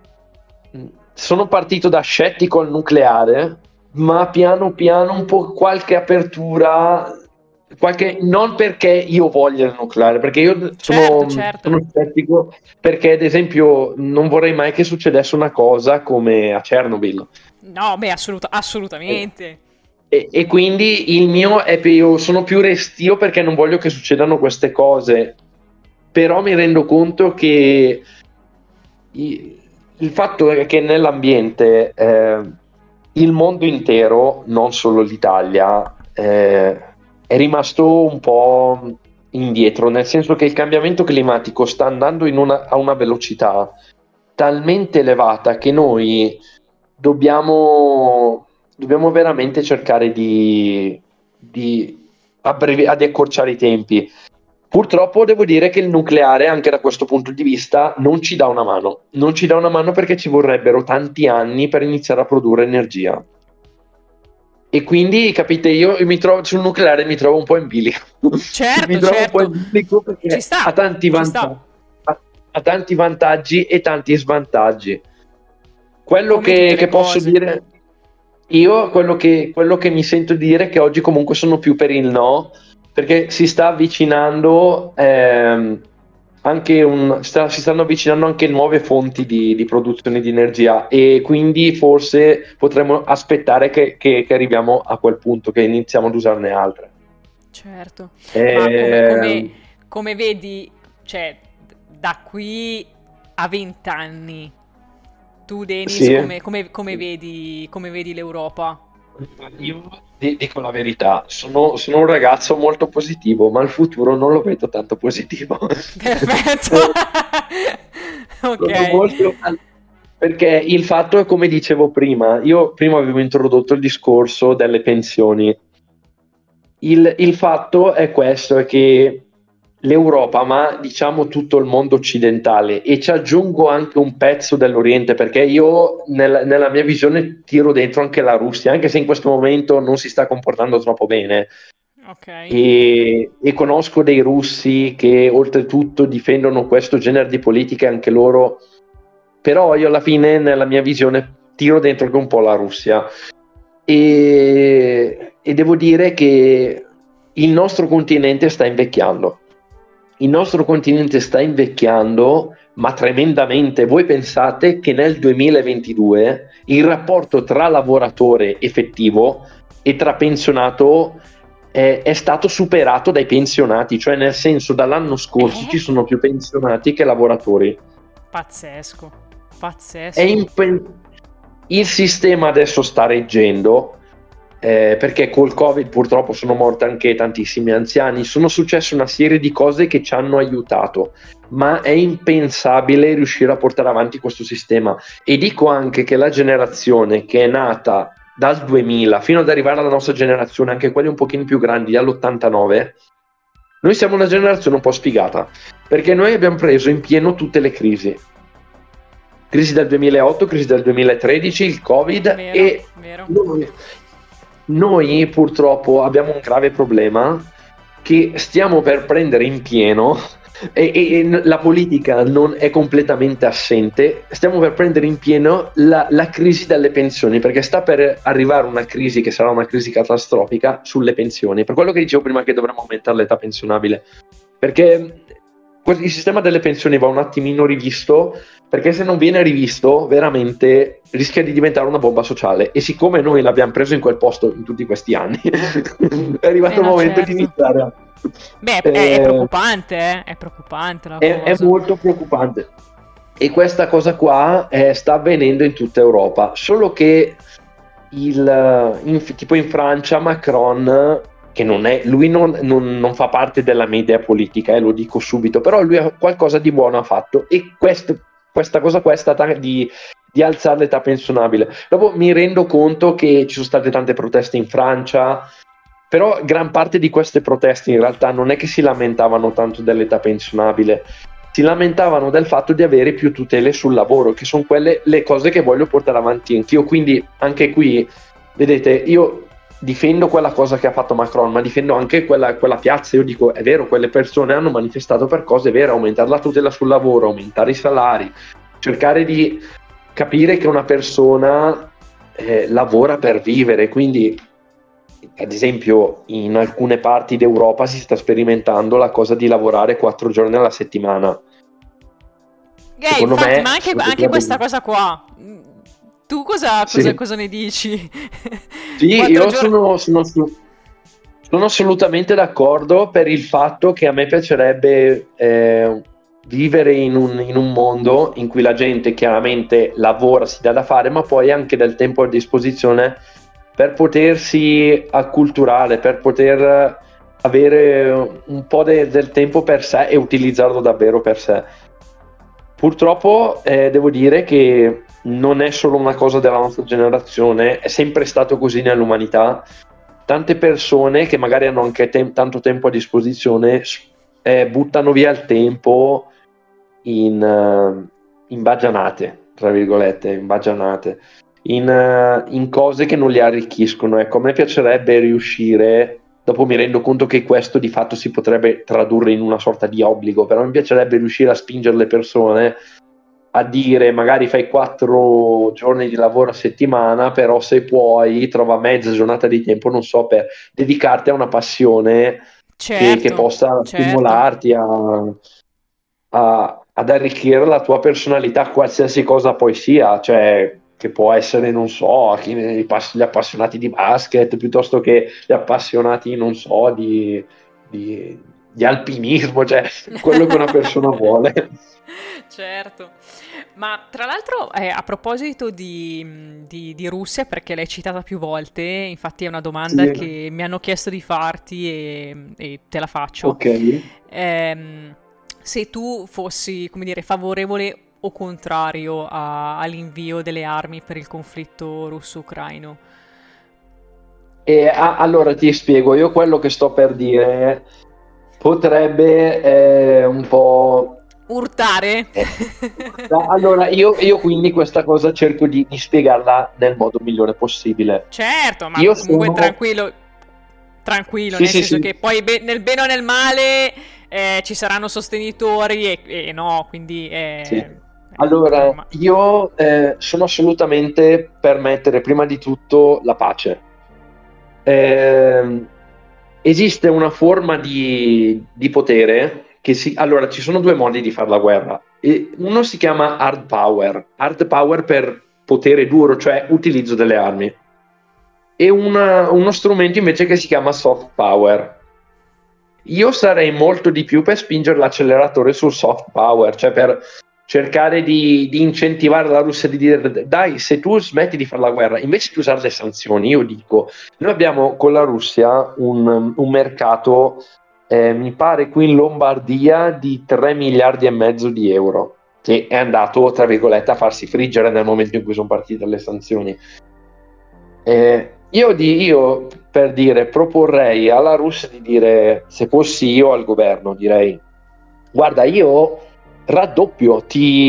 sono partito da scettico al nucleare, ma piano piano un po' qualche apertura, non perché io voglia il nucleare, perché io sono scettico, perché ad esempio non vorrei mai che succedesse una cosa come a Chernobyl. No, beh, assolutamente. E quindi il mio è io sono più restio perché non voglio che succedano queste cose, però mi rendo conto che il fatto è che nell'ambiente il mondo intero, non solo l'Italia, è rimasto un po' indietro, nel senso che il cambiamento climatico sta andando a una velocità talmente elevata che noi dobbiamo veramente cercare di accorciare i tempi. Purtroppo devo dire che il nucleare, anche da questo punto di vista, non ci dà una mano perché ci vorrebbero tanti anni per iniziare a produrre energia. E quindi, capite, io mi trovo sul nucleare, mi trovo un po' in bilico. Certo, un po' in bilico perché ha tanti vantaggi e tanti svantaggi. Quello che posso dire io, quello che mi sento di dire è che oggi comunque sono più per il no, perché si sta avvicinando si stanno avvicinando anche nuove fonti di produzione di energia, e quindi forse potremmo aspettare che arriviamo a quel punto, che iniziamo ad usarne altre. Certo, ma come vedi, cioè, da qui a 20 anni, tu Denis, sì, come vedi l'Europa? Io dico la verità, sono un ragazzo molto positivo, ma il futuro non lo vedo tanto positivo. Perfetto. Ok. Perché il fatto è, come dicevo prima, io prima avevo introdotto il discorso delle pensioni. Il fatto è questo, è che l'Europa, ma diciamo tutto il mondo occidentale, e ci aggiungo anche un pezzo dell'Oriente, perché io nella mia visione tiro dentro anche la Russia, anche se in questo momento non si sta comportando troppo bene. E conosco dei russi che oltretutto difendono questo genere di politiche anche loro, però io alla fine nella mia visione tiro dentro anche un po' la Russia, e devo dire che il nostro continente sta invecchiando. Ma tremendamente. Voi pensate che nel 2022 il rapporto tra lavoratore effettivo e tra pensionato è stato superato dai pensionati, cioè nel senso dall'anno scorso ci sono più pensionati che lavoratori. Pazzesco. Il sistema adesso sta reggendo, perché col Covid purtroppo sono morti anche tantissimi anziani, sono successe una serie di cose che ci hanno aiutato, ma è impensabile riuscire a portare avanti questo sistema. E dico anche che la generazione che è nata dal 2000 fino ad arrivare alla nostra generazione, anche quelli un pochino più grandi, all'89, Noi siamo una generazione un po' sfigata, perché noi abbiamo preso in pieno tutte le crisi. Crisi del 2008, crisi del 2013, il Covid, Vero, e vero. noi purtroppo abbiamo un grave problema che stiamo per prendere in pieno, e la politica non è completamente assente. Stiamo per prendere in pieno la crisi delle pensioni, perché sta per arrivare una crisi che sarà una crisi catastrofica sulle pensioni, per quello che dicevo prima, che dovremmo aumentare l'età pensionabile, perché il sistema delle pensioni va un attimino rivisto, perché se non viene rivisto veramente rischia di diventare una bomba sociale, e siccome noi l'abbiamo preso in quel posto in tutti questi anni è arrivato il momento certo. di iniziare a... Beh, è preoccupante, è preoccupante la cosa. È molto preoccupante, e questa cosa qua sta avvenendo in tutta Europa, solo che tipo in Francia Macron, che lui non fa parte della media politica, lo dico subito, però lui qualcosa di buono ha fatto, e questa cosa qua è stata di alzare l'età pensionabile. Dopo mi rendo conto che ci sono state tante proteste in Francia, però gran parte di queste proteste in realtà non è che si lamentavano tanto dell'età pensionabile, si lamentavano del fatto di avere più tutele sul lavoro, che sono quelle le cose che voglio portare avanti anch'io. Quindi anche qui, vedete, io difendo quella cosa che ha fatto Macron, ma difendo anche quella piazza. Io dico, è vero, quelle persone hanno manifestato per cose vere: aumentare la tutela sul lavoro, aumentare i salari, cercare di capire che una persona lavora per vivere. Quindi, ad esempio, in alcune parti d'Europa si sta sperimentando la cosa di lavorare 4 giorni alla settimana. Secondo infatti, me, ma anche questa cosa qua. Tu cosa ne dici? Sì, io sono assolutamente d'accordo, per il fatto che a me piacerebbe vivere in un mondo in cui la gente chiaramente lavora, si dà da fare, ma poi anche del tempo a disposizione per potersi acculturare, per poter avere un po' del tempo per sé e utilizzarlo davvero per sé. Purtroppo devo dire che non è solo una cosa della nostra generazione, è sempre stato così nell'umanità. Tante persone che magari hanno anche tanto tempo a disposizione buttano via il tempo in baggianate, tra virgolette, in cose che non li arricchiscono. Ecco, a me piacerebbe riuscire, dopo mi rendo conto che questo di fatto si potrebbe tradurre in una sorta di obbligo, però mi piacerebbe riuscire a spingere le persone a dire, magari fai 4 giorni di lavoro a settimana, però se puoi trova mezza giornata di tempo, non so, per dedicarti a una passione che possa stimolarti ad arricchire la tua personalità, qualsiasi cosa poi sia, cioè che può essere, non so, gli appassionati di basket, piuttosto che gli appassionati, non so, di alpinismo, cioè quello che una persona vuole. Certo, ma tra l'altro a proposito di Russia, perché l'hai citata più volte, infatti è una domanda che mi hanno chiesto di farti e te la faccio. Ok. Se tu fossi, come dire, favorevole o contrario all'invio delle armi per il conflitto russo-ucraino? Allora ti spiego, io quello che sto per dire potrebbe un po' urtare? Allora io quindi questa cosa cerco di spiegarla nel modo migliore possibile. Certo, ma io comunque tranquillo, sì, nel senso sì. Che poi nel bene o nel male ci saranno sostenitori e no, quindi sì. Allora, io sono assolutamente per mettere prima di tutto la pace. Esiste una forma di potere allora, ci sono 2 modi di fare la guerra. Uno si chiama hard power per potere duro, cioè utilizzo delle armi, e uno strumento invece che si chiama soft power. Io sarei molto di più per spingere l'acceleratore sul soft power, cioè per cercare di incentivare la Russia, di dire: dai, se tu smetti di fare la guerra, invece di usare le sanzioni. Io dico, noi abbiamo con la Russia un mercato, mi pare qui in Lombardia, di 3 miliardi e mezzo di euro, che è andato, tra virgolette, a farsi friggere nel momento in cui sono partite le sanzioni. Io per dire, proporrei alla Russia di dire, se fossi io al governo, direi: guarda, io raddoppio,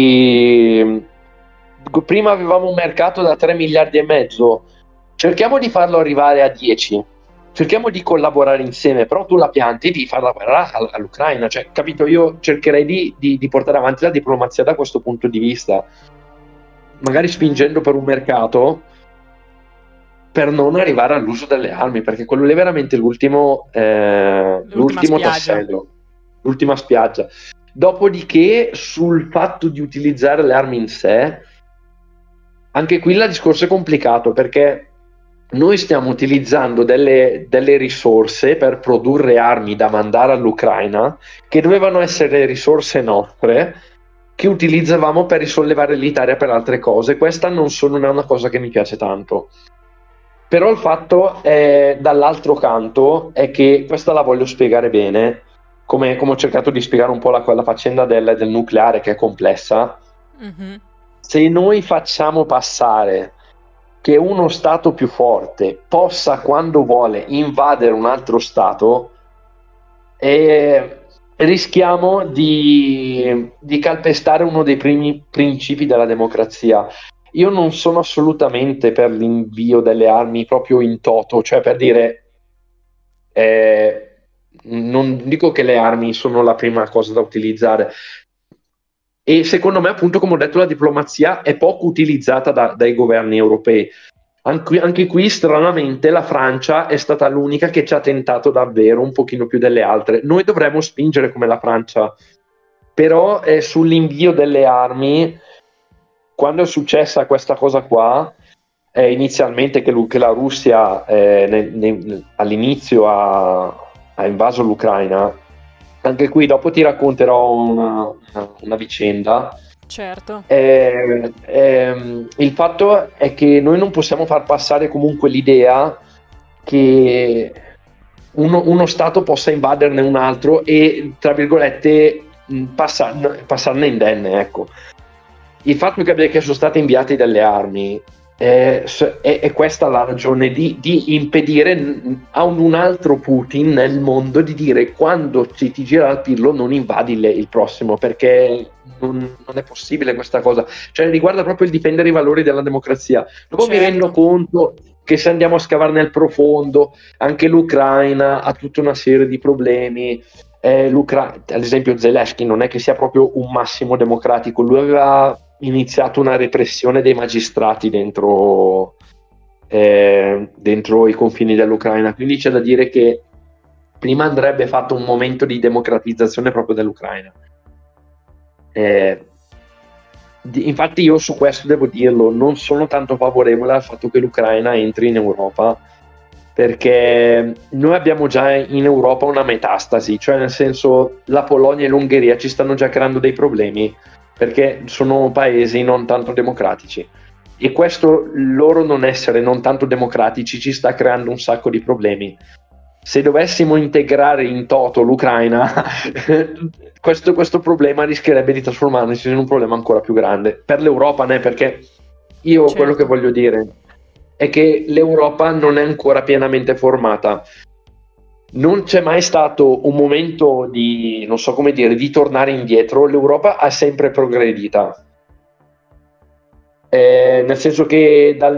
prima avevamo un mercato da 3 miliardi e mezzo, cerchiamo di farlo arrivare a 10, cerchiamo di collaborare insieme, però tu la pianti di far la guerra all'Ucraina, cioè, capito? Io cercherei di portare avanti la diplomazia da questo punto di vista, magari spingendo per un mercato, per non arrivare all'uso delle armi, perché quello lì è veramente l'ultimo tassello, l'ultima spiaggia. Dopodiché, sul fatto di utilizzare le armi in sé, anche qui il discorso è complicato, perché noi stiamo utilizzando delle risorse per produrre armi da mandare all'Ucraina, che dovevano essere risorse nostre, che utilizzavamo per risollevare l'Italia per altre cose. Questa non è una cosa che mi piace tanto. Però il fatto è, dall'altro canto, è che questa la voglio spiegare bene, come ho cercato di spiegare un po' la faccenda del nucleare, che è complessa. Mhm. Se noi facciamo passare che uno stato più forte possa, quando vuole, invadere un altro stato, rischiamo di calpestare uno dei primi principi della democrazia. Io non sono assolutamente per l'invio delle armi proprio in toto, cioè, per dire, non dico che le armi sono la prima cosa da utilizzare, e secondo me, appunto, come ho detto, la diplomazia è poco utilizzata dai governi europei. Anche qui, stranamente, la Francia è stata l'unica che ci ha tentato davvero un pochino più delle altre. Noi dovremmo spingere come la Francia, però sull'invio delle armi, quando è successa questa cosa qua, inizialmente che la Russia all'inizio ha invaso l'Ucraina, anche qui dopo ti racconterò una vicenda. Certo. Il fatto è che noi non possiamo far passare comunque l'idea che uno Stato possa invaderne un altro e, tra virgolette, passarne indenne, ecco. Il fatto che sono state inviate delle armi è questa la ragione di impedire a un altro Putin nel mondo di dire: quando ti gira il pirlo non invadi il prossimo, perché non è possibile questa cosa. Cioè, riguarda proprio il difendere i valori della democrazia. Dopo mi rendo conto che, se andiamo a scavare nel profondo, anche l'Ucraina ha tutta una serie di problemi. Ad esempio, Zelensky non è che sia proprio un massimo democratico. Lui aveva iniziato una repressione dei magistrati dentro i confini dell'Ucraina, quindi c'è da dire che prima andrebbe fatto un momento di democratizzazione proprio dell'Ucraina. Infatti io su questo devo dirlo, non sono tanto favorevole al fatto che l'Ucraina entri in Europa, perché noi abbiamo già in Europa una metastasi, cioè, nel senso, la Polonia e l'Ungheria ci stanno già creando dei problemi, perché sono paesi non tanto democratici, e questo loro non essere non tanto democratici ci sta creando un sacco di problemi. Se dovessimo integrare in toto l'Ucraina, questo problema rischierebbe di trasformarsi in un problema ancora più grande per l'Europa, perché io quello che voglio dire è che l'Europa non è ancora pienamente formata. Non c'è mai stato un momento di, non so come dire, di tornare indietro. L'Europa ha sempre progredita, nel senso che dal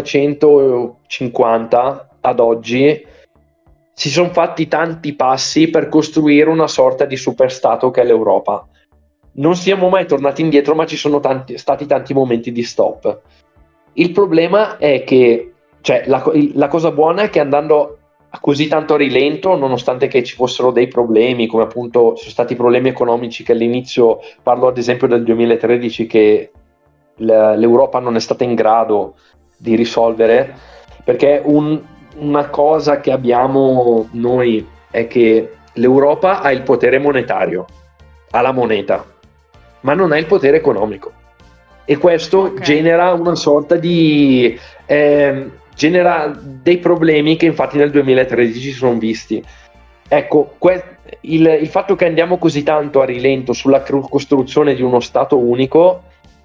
1950 ad oggi si sono fatti tanti passi per costruire una sorta di superstato che è l'Europa. Non siamo mai tornati indietro, ma ci sono stati tanti momenti di stop. Il problema è che, cioè, la cosa buona è che, andando così tanto a rilento, nonostante che ci fossero dei problemi, come appunto sono stati problemi economici che all'inizio, parlo ad esempio del 2013, che l'Europa non è stata in grado di risolvere, perché una cosa che abbiamo noi è che l'Europa ha il potere monetario, ha la moneta, ma non ha il potere economico, e questo genera una sorta di genera dei problemi che infatti nel 2013 si sono visti. Ecco, il fatto che andiamo così tanto a rilento sulla costruzione di uno Stato unico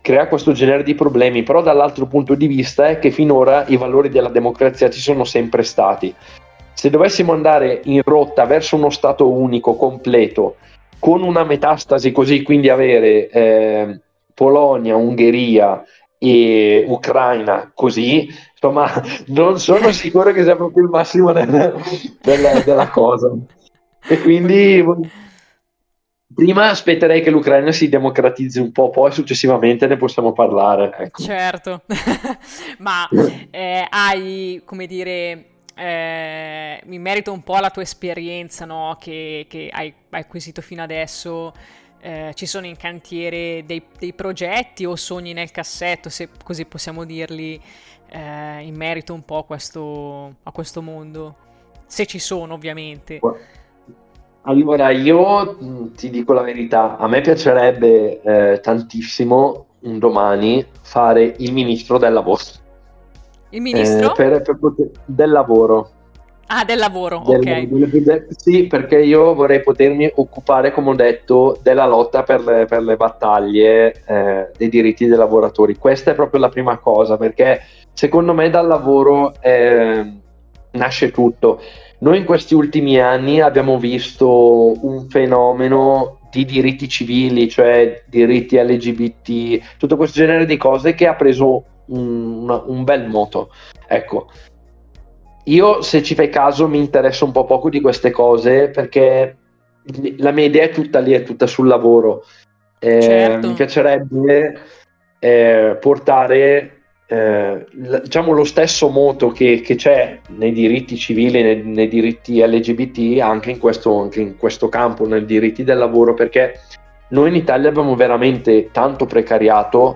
crea questo genere di problemi, però dall'altro punto di vista è che finora i valori della democrazia ci sono sempre stati. Se dovessimo andare in rotta verso uno Stato unico completo, con una metastasi così, quindi avere Polonia, Ungheria e Ucraina così, insomma, non sono sicuro che sia proprio il massimo della cosa. E quindi prima aspetterei che l'Ucraina si democratizzi un po', poi successivamente ne possiamo parlare, ecco. Certo, ma hai, come dire, in merito un po' alla tua esperienza, no, che hai acquisito fino adesso, ci sono in cantiere dei progetti o sogni nel cassetto, se così possiamo dirli, in merito un po' a questo mondo? Se ci sono, ovviamente. Allora, io ti dico la verità, a me piacerebbe tantissimo un domani fare il ministro del lavoro. Il ministro? Del lavoro. Ah, del lavoro, ok. Sì, perché io vorrei potermi occupare, come ho detto, della lotta per le battaglie dei diritti dei lavoratori. Questa è proprio la prima cosa, perché secondo me dal lavoro nasce tutto. Noi in questi ultimi anni abbiamo visto un fenomeno di diritti civili, cioè diritti LGBT, tutto questo genere di cose che ha preso un bel moto. Ecco, io se ci fai caso mi interessa un po' poco di queste cose perché la mia idea è tutta lì, è tutta sul lavoro. Certo. Mi piacerebbe portare diciamo lo stesso moto che c'è nei diritti civili, nei diritti LGBT, anche in questo campo, nei diritti del lavoro, perché noi in Italia abbiamo veramente tanto precariato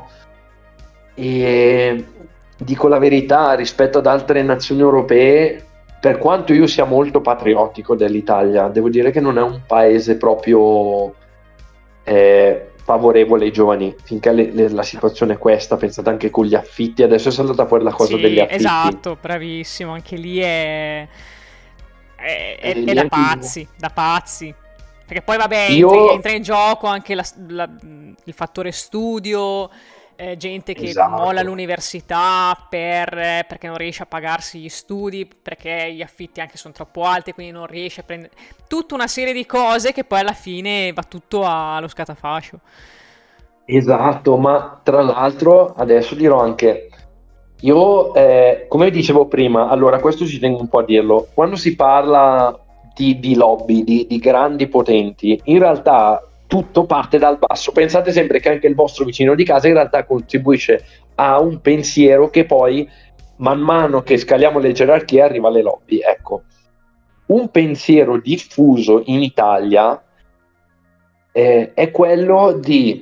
e dico la verità, rispetto ad altre nazioni europee, per quanto io sia molto patriottico dell'Italia, devo dire che non è un paese proprio favorevole ai giovani, finché la situazione è questa. Pensate anche con gli affitti, adesso è saltata fuori la cosa Sì, degli affitti. esatto, bravissimo, anche lì è lì da anche- pazzi, da pazzi. Perché poi vabbè, Io entra in gioco anche il fattore studio, gente che esatto. molla l'università perché non riesce a pagarsi gli studi, perché gli affitti anche sono troppo alti, quindi non riesce a prendere... Tutta una serie di cose che poi alla fine va tutto allo scatafascio. Esatto, ma tra l'altro adesso dirò anche, io come dicevo prima, allora questo ci tengo un po' a dirlo, quando si parla di lobby, di grandi potenti, in realtà tutto parte dal basso. Pensate sempre che anche il vostro vicino di casa in realtà contribuisce a un pensiero che poi, man mano che scaliamo le gerarchie, arriva alle lobby. Ecco, un pensiero diffuso in Italia è quello di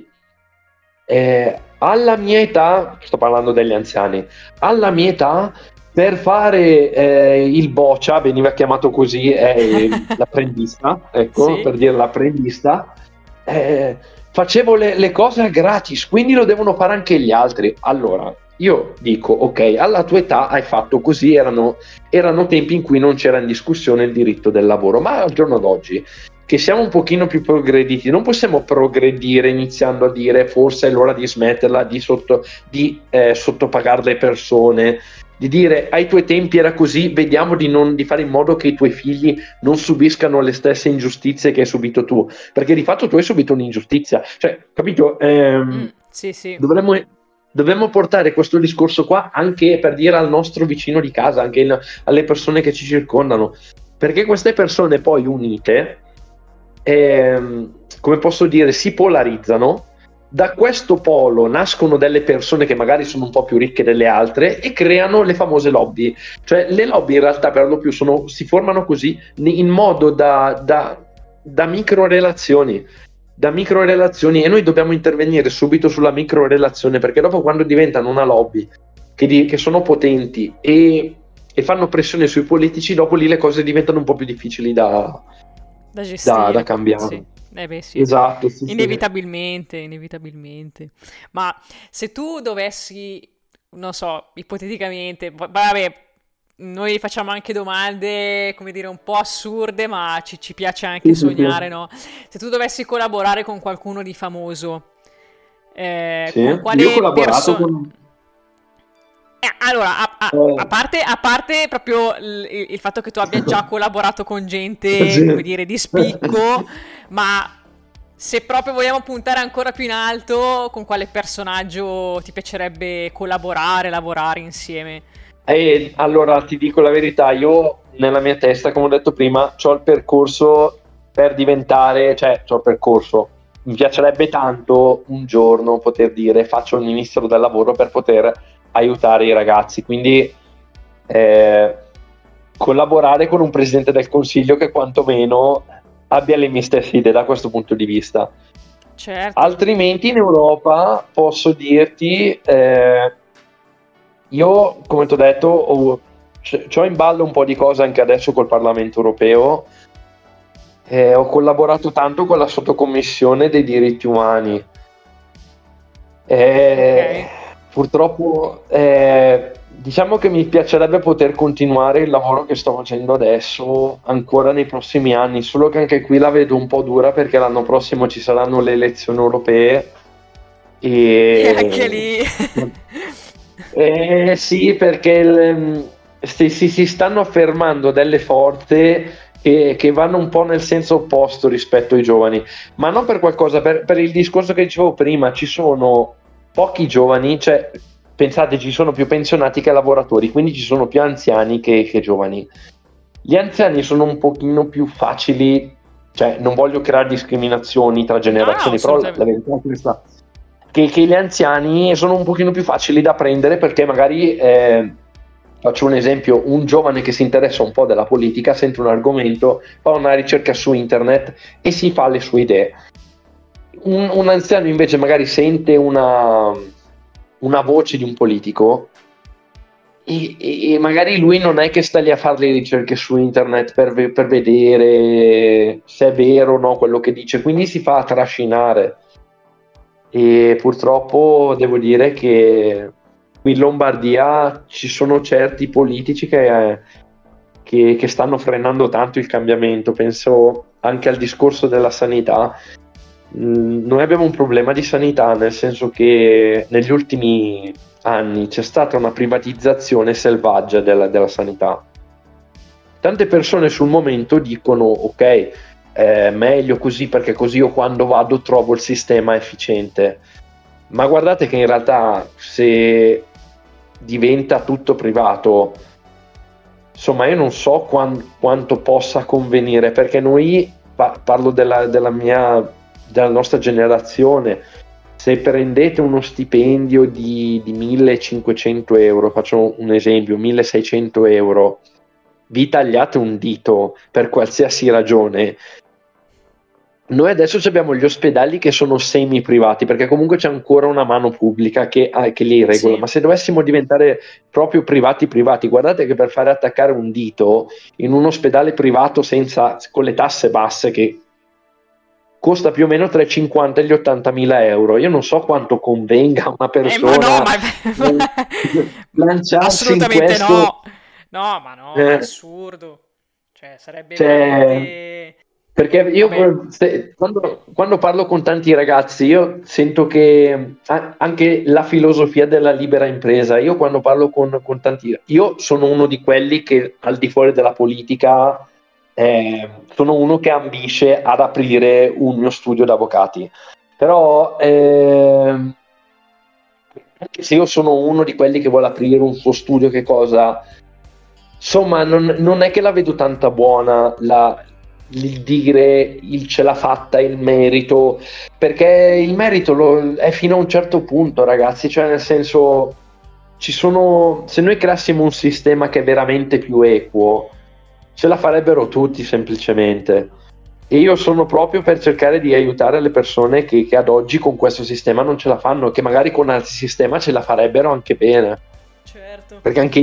alla mia età, sto parlando degli anziani, alla mia età per fare il boccia, veniva chiamato così, l'apprendista, ecco, Sì. per dire l'apprendista, facevo le cose a gratis, quindi lo devono fare anche gli altri. Allora, io dico, ok, alla tua età hai fatto così, erano tempi in cui non c'era in discussione il diritto del lavoro, ma al giorno d'oggi che siamo un pochino più progrediti, non possiamo progredire iniziando a dire forse è l'ora di smetterla, di sottopagare le persone, di dire ai tuoi tempi era così, vediamo di fare in modo che i tuoi figli non subiscano le stesse ingiustizie che hai subito tu, perché di fatto tu hai subito un'ingiustizia, cioè, capito? Sì, sì. Dovremmo portare questo discorso qua anche per dire al nostro vicino di casa, anche alle persone che ci circondano, perché queste persone poi unite, come posso dire, si polarizzano. Da questo polo nascono delle persone che magari sono un po' più ricche delle altre e creano le famose lobby. Cioè le lobby in realtà per lo più si formano così in modo da micro relazioni, e noi dobbiamo intervenire subito sulla micro relazione, perché dopo, quando diventano una lobby che sono potenti e fanno pressione sui politici, dopo lì le cose diventano un po' più difficili da gestire. da cambiare. Sì. Beh, sì. Esatto, sì, Inevitabilmente, inevitabilmente. Ma se tu dovessi, non so, ipoteticamente, vabbè, noi facciamo anche domande, come dire, un po' assurde, ma ci piace anche Sì, sì, sognare, sì. no? Se tu dovessi collaborare con qualcuno di famoso, Sì. con quale Io ho collaborato con... allora, a parte proprio il fatto che tu abbia già collaborato con gente, Sì. come dire, di spicco, ma se proprio vogliamo puntare ancora più in alto, con quale personaggio ti piacerebbe collaborare, lavorare insieme? E allora ti dico la verità, io nella mia testa, come ho detto prima, c'ho il percorso per diventare, cioè c'ho il percorso. Mi piacerebbe tanto un giorno poter dire faccio il ministro del lavoro per poter aiutare i ragazzi, quindi collaborare con un presidente del consiglio che quantomeno abbia le mie stesse idee da questo punto di vista. Certo. Altrimenti in Europa posso dirti, io come ti ho detto c'ho in ballo un po' di cose anche adesso col Parlamento europeo. Ho collaborato tanto con la sottocommissione dei diritti umani. Ok. Purtroppo diciamo che mi piacerebbe poter continuare il lavoro che sto facendo adesso ancora nei prossimi anni, solo che anche qui la vedo un po' dura perché l'anno prossimo ci saranno le elezioni europee E anche e lì. sì, perché si stanno affermando delle forze che vanno un po' nel senso opposto rispetto ai giovani, ma non per qualcosa, per il discorso che dicevo prima, ci sono pochi giovani, cioè pensate ci sono più pensionati che lavoratori, quindi ci sono più anziani che giovani. Gli anziani sono un pochino più facili, cioè non voglio creare discriminazioni tra generazioni, però la assolutamente. verità è questa, che gli anziani sono un pochino più facili da prendere perché magari, faccio un esempio, un giovane che si interessa un po' della politica, sente un argomento, fa una ricerca su internet e si fa le sue idee. Un anziano invece magari sente una voce di un politico e magari lui non è che sta lì a fare le ricerche su internet per vedere se è vero o no quello che dice, quindi si fa trascinare. E purtroppo devo dire che qui in Lombardia ci sono certi politici che stanno frenando tanto il cambiamento. Penso anche al discorso della sanità. Noi abbiamo un problema di sanità, nel senso che negli ultimi anni c'è stata una privatizzazione selvaggia della sanità. Tante persone sul momento dicono ok, meglio così perché così io quando vado trovo il sistema efficiente, ma guardate che in realtà se diventa tutto privato, insomma io non so quanto possa convenire, perché noi parlo della nostra generazione, se prendete uno stipendio di 1500 euro, faccio un esempio, 1600 euro, vi tagliate un dito per qualsiasi ragione. Noi adesso abbiamo gli ospedali che sono semi privati perché comunque c'è ancora una mano pubblica che li regola, Sì. ma se dovessimo diventare proprio privati, guardate che per fare attaccare un dito in un ospedale privato con le tasse basse, che costa più o meno tra i 50 e gli 80.000 euro, io non so quanto convenga a una Ma no, persona lanciarsi in assolutamente questo. no. No, ma no, ma è assurdo. Cioè, sarebbe Cioè, veramente... perché io Vabbè, quando parlo con tanti ragazzi, io sento che anche la filosofia della libera impresa, io quando parlo con tanti, io sono uno di quelli che al di fuori della politica, sono uno che ambisce ad aprire un mio studio d'avvocati, però anche se io sono uno di quelli che vuole aprire un suo studio, che cosa, insomma non è che la vedo tanta buona il dire il ce l'ha fatta, il merito, perché il merito è fino a un certo punto, ragazzi, cioè nel senso se noi creassimo un sistema che è veramente più equo, ce la farebbero tutti semplicemente, e io sono proprio per cercare di aiutare le persone che ad oggi con questo sistema non ce la fanno, che magari con altri sistemi ce la farebbero anche bene, certo. perché anche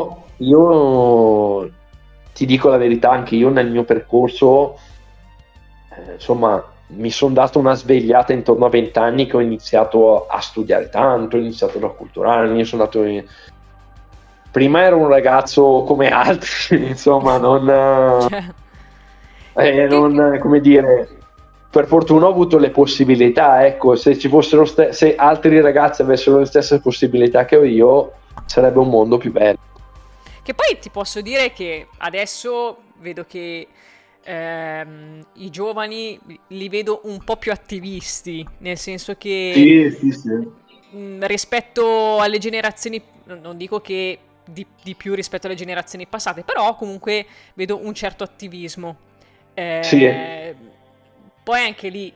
io ti dico la verità, anche io nel mio percorso, insomma, mi sono dato una svegliata intorno a 20 anni che ho iniziato a studiare tanto, ho iniziato ad acculturarmi, io sono andato prima ero un ragazzo come altri, insomma, Cioè, che- come dire, per fortuna ho avuto le possibilità, ecco, se ci fossero se altri ragazzi avessero le stesse possibilità che ho io, sarebbe un mondo più bello. Che poi ti posso dire che adesso vedo che i giovani li vedo un po' più attivisti, nel senso che Sì. Rispetto alle generazioni, non dico che di più rispetto alle generazioni passate, però comunque vedo un certo attivismo. Sì. Poi anche lì,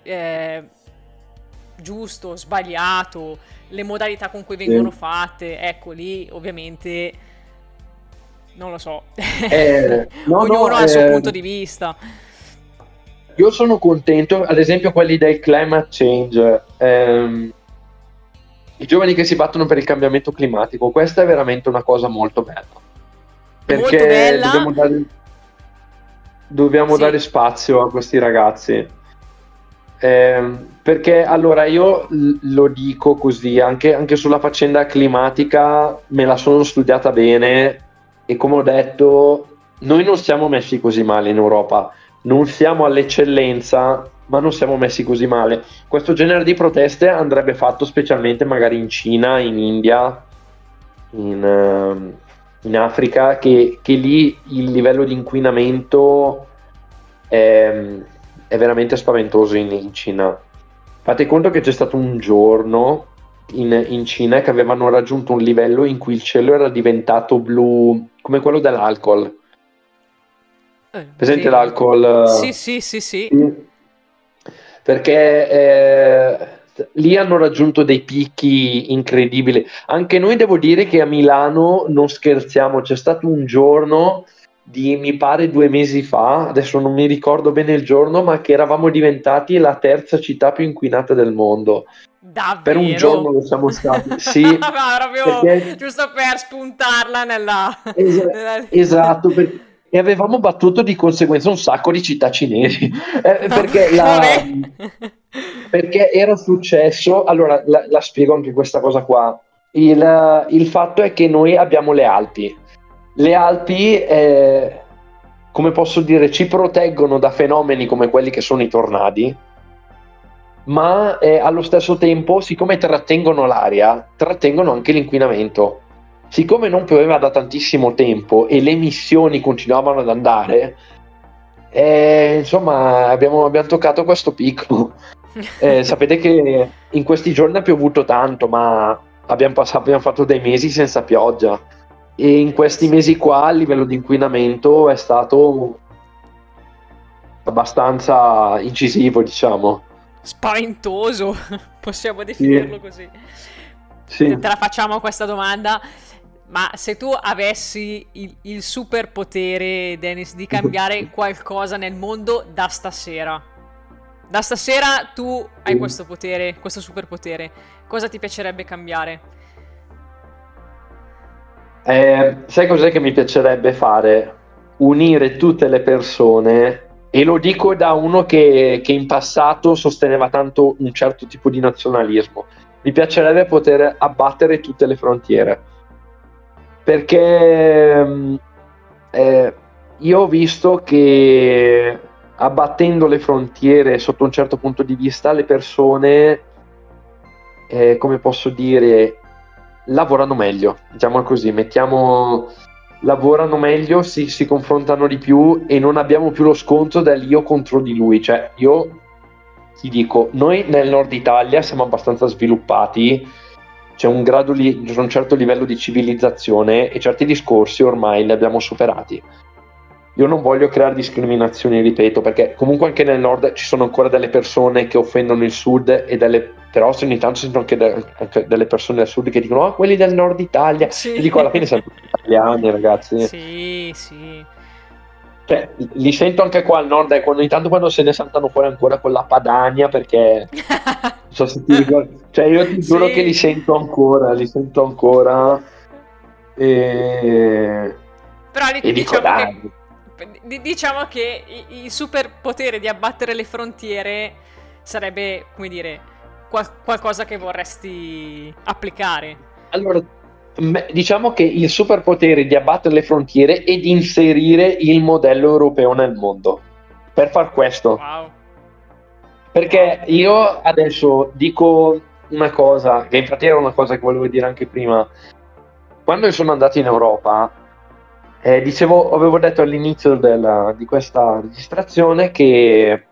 giusto, sbagliato, le modalità con cui vengono fatte, ecco lì ovviamente non lo so. Ognuno ha il suo punto di vista. Io sono contento, ad esempio quelli del climate change, i giovani che si battono per il cambiamento climatico, questa è veramente una cosa molto bella. Perché molto bella. Dobbiamo dare spazio a questi ragazzi. Perché allora io lo dico così, anche sulla faccenda climatica me la sono studiata bene e come ho detto, noi non siamo messi così male in Europa, non siamo all'eccellenza, ma non siamo messi così male. Questo genere di proteste andrebbe fatto specialmente magari in Cina, in India, in Africa, che lì il livello di inquinamento è veramente spaventoso in Cina. Fate conto che c'è stato un giorno in Cina che avevano raggiunto un livello in cui il cielo era diventato blu come quello dell'alcol. Presente l'alcol? Sì. Perché lì hanno raggiunto dei picchi incredibili. Anche noi devo dire che a Milano non scherziamo, c'è stato un giorno mi pare 2 mesi fa, adesso non mi ricordo bene il giorno, ma che eravamo diventati la terza città più inquinata del mondo. Davvero? Per un giorno lo siamo stati, sì. Proprio perché... giusto per spuntarla nella... Esatto, e avevamo battuto di conseguenza un sacco di città cinesi, perché era successo, allora la spiego anche questa cosa qua, il fatto è che noi abbiamo le Alpi. Le Alpi, come posso dire, ci proteggono da fenomeni come quelli che sono i tornadi, ma allo stesso tempo, siccome trattengono l'aria, trattengono anche l'inquinamento. Siccome non pioveva da tantissimo tempo e le emissioni continuavano ad andare, insomma abbiamo toccato questo picco. Sapete che in questi giorni ha piovuto tanto, ma abbiamo fatto dei mesi senza pioggia. E in questi mesi qua il livello di inquinamento è stato abbastanza incisivo, diciamo. Spaventoso, possiamo definirlo così. Sì. Te la facciamo questa domanda, ma se tu avessi il superpotere, Dennis, di cambiare qualcosa nel mondo da stasera tu hai questo potere, questo superpotere, cosa ti piacerebbe cambiare? Sai cos'è che mi piacerebbe fare? Unire tutte le persone, e lo dico da uno che in passato sosteneva tanto un certo tipo di nazionalismo. Mi piacerebbe poter abbattere tutte le frontiere, perché io ho visto che abbattendo le frontiere sotto un certo punto di vista le persone, come posso dire, lavorano meglio, diciamo così, lavorano meglio, si confrontano di più e non abbiamo più lo scontro dell'io contro di lui. Cioè, io ti dico, noi nel nord Italia siamo abbastanza sviluppati, c'è un certo livello di civilizzazione e certi discorsi ormai li abbiamo superati. Io non voglio creare discriminazioni, ripeto, perché comunque anche nel nord ci sono ancora delle persone che offendono il sud però ogni tanto sento anche delle persone del sud che dicono quelli del nord Italia. Sì. Io dico alla fine siamo tutti italiani, ragazzi. Sì. Cioè, li sento anche qua al nord, ogni tanto quando se ne saltano fuori ancora con la Padania, perché non so se ti ricordi. Cioè io ti giuro che li sento ancora però e dico diciamo che il superpotere di abbattere le frontiere sarebbe, come dire, qualcosa che vorresti applicare. Allora, diciamo che il superpotere di abbattere le frontiere e di inserire il modello europeo nel mondo. Per far questo. Wow. Perché io adesso dico una cosa, che infatti era una cosa che volevo dire anche prima. Quando sono andato in Europa, avevo detto all'inizio di questa registrazione che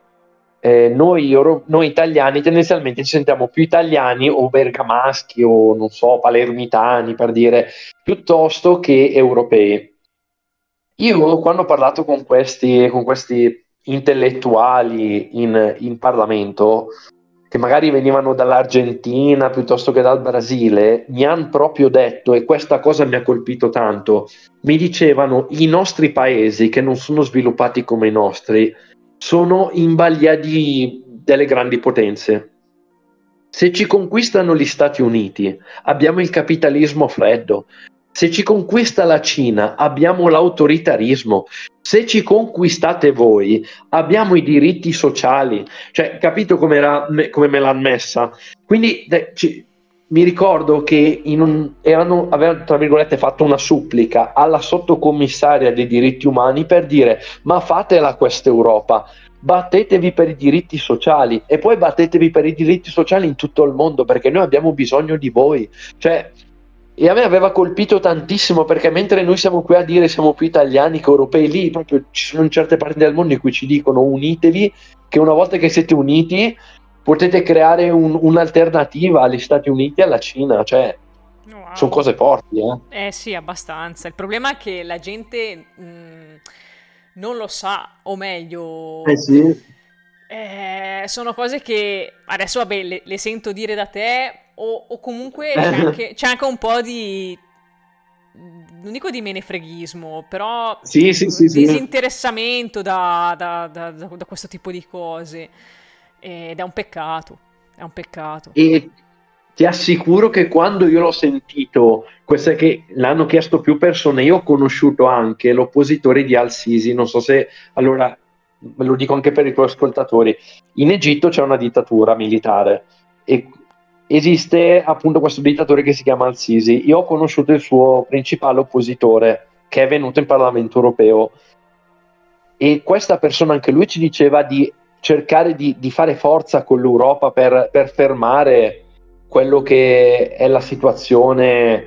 noi italiani tendenzialmente ci sentiamo più italiani o bergamaschi o non so, palermitani per dire, piuttosto che europei. Io quando ho parlato con questi intellettuali in Parlamento, che magari venivano dall'Argentina piuttosto che dal Brasile, mi hanno proprio detto, e questa cosa mi ha colpito tanto, mi dicevano i nostri paesi che non sono sviluppati come i nostri sono in balia delle grandi potenze. Se ci conquistano gli Stati Uniti, abbiamo il capitalismo freddo. Se ci conquista la Cina, abbiamo l'autoritarismo. Se ci conquistate voi, abbiamo i diritti sociali. Cioè, capito come me l'hanno messa? Quindi mi ricordo che avevano, tra virgolette, fatto una supplica alla sottocommissaria dei diritti umani per dire: ma fatela questa Europa, battetevi per i diritti sociali e poi battetevi per i diritti sociali in tutto il mondo, perché noi abbiamo bisogno di voi. Cioè, e a me aveva colpito tantissimo, perché mentre noi siamo qui a dire siamo più italiani che europei, lì proprio ci sono in certe parti del mondo in cui ci dicono unitevi, che una volta che siete uniti potete creare un'alternativa agli Stati Uniti e alla Cina. Cioè, sono Wow. cose forti, eh. Sì, abbastanza. Il problema è che la gente non lo sa, o meglio, Sì. sono cose che adesso, vabbè, le sento dire da te, o comunque c'è anche un po' di, non dico di menefreghismo, però Sì, sì, sì, sì. disinteressamento da questo tipo di cose. Ed è un peccato, è un peccato. E ti assicuro che quando io l'ho sentito, questo è che l'hanno chiesto più persone, io ho conosciuto anche l'oppositore di Al-Sisi, non so se, allora, ve lo dico anche per i tuoi ascoltatori, in Egitto c'è una dittatura militare e esiste appunto questo dittatore che si chiama Al-Sisi. Io ho conosciuto il suo principale oppositore, che è venuto in Parlamento europeo, e questa persona, anche lui, ci diceva di cercare di fare forza con l'Europa per fermare quello che è la situazione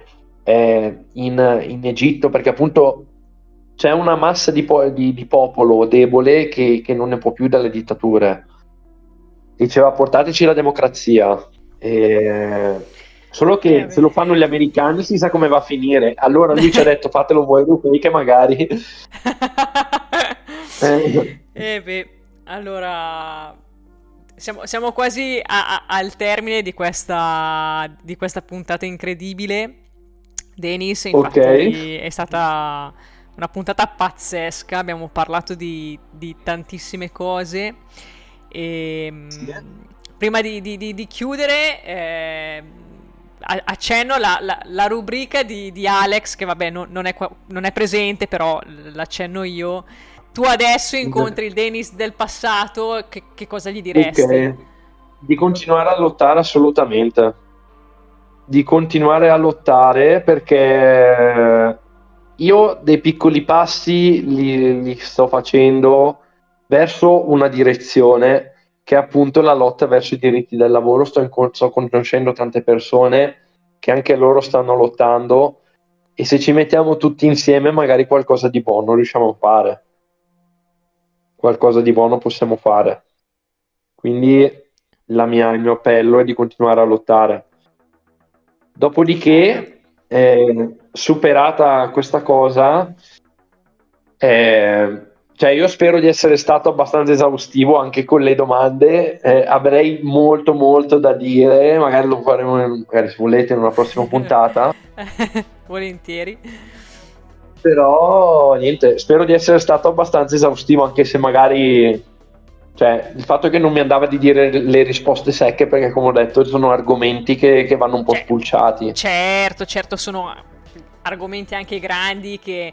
in Egitto, perché appunto c'è una massa di popolo debole che non ne può più dalle dittature. Diceva: portateci la democrazia. Solo che se Vabbè. lo fanno gli americani si sa come va a finire. Allora lui ci ha detto: fatelo voi europei, che magari Beh, allora siamo quasi al termine di questa puntata incredibile. Denis, ok. infatti è stata una puntata pazzesca, abbiamo parlato di tantissime cose e Sì. prima di chiudere accenno la rubrica di Alex, che vabbè non è presente, però l'accenno io. Tu adesso incontri il Dennis del passato, che cosa gli diresti? Ok, di continuare a lottare assolutamente, di continuare a lottare, perché io dei piccoli passi li sto facendo verso una direzione che è appunto la lotta verso i diritti del lavoro. Sto conoscendo tante persone che anche loro stanno lottando, e se ci mettiamo tutti insieme magari qualcosa di buono riusciamo a fare, qualcosa di buono possiamo fare. Quindi il mio appello è di continuare a lottare. Bello. Dopodiché, superata questa cosa, cioè io spero di essere stato abbastanza esaustivo anche con le domande. Avrei molto molto da dire, magari lo faremo, magari se volete, in una prossima puntata. Volentieri. Però niente, spero di essere stato abbastanza esaustivo, anche se magari, cioè, il fatto che non mi andava di dire le risposte secche, perché come ho detto sono argomenti che vanno un po' Cioè, spulciati. certo, sono argomenti anche grandi che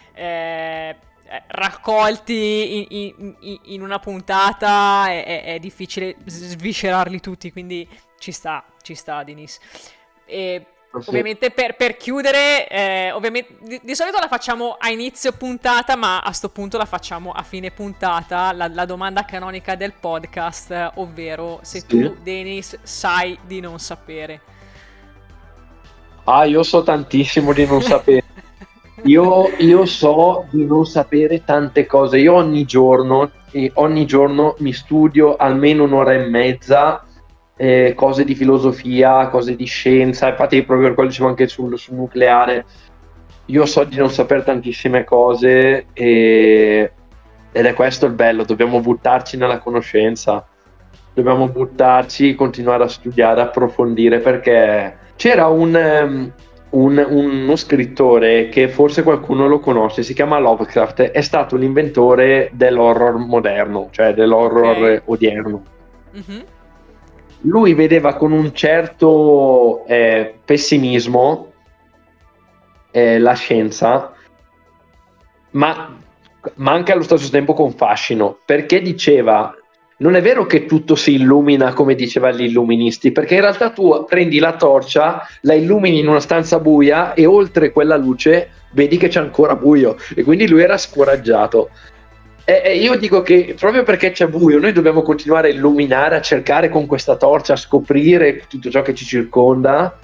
raccolti in una puntata è difficile sviscerarli tutti, quindi ci sta, Denis. E Sì. Ovviamente per chiudere, ovviamente, di solito la facciamo a inizio puntata, ma a sto punto la facciamo a fine puntata, la domanda canonica del podcast, ovvero se Sì. tu, Denis, sai di non sapere. Ah, io so tantissimo di non sapere. Io so di non sapere tante cose. Io ogni giorno mi studio almeno un'ora e mezza, cose di filosofia, cose di scienza. Infatti, proprio per quello dicevo anche sul nucleare. Io so di non sapere tantissime cose ed è questo il bello. Dobbiamo buttarci nella conoscenza. Dobbiamo buttarci, continuare a studiare, approfondire, perché c'era uno scrittore che forse qualcuno lo conosce, si chiama Lovecraft, è stato l'inventore dell'horror moderno, cioè dell'horror Ok. odierno. Mhm. Lui vedeva con un certo pessimismo la scienza, ma anche allo stesso tempo con fascino, perché diceva: non è vero che tutto si illumina come diceva gli illuministi, perché in realtà tu prendi la torcia, la illumini in una stanza buia e oltre quella luce vedi che c'è ancora buio, e quindi lui era scoraggiato. E io dico che proprio perché c'è buio noi dobbiamo continuare a illuminare, a cercare con questa torcia, a scoprire tutto ciò che ci circonda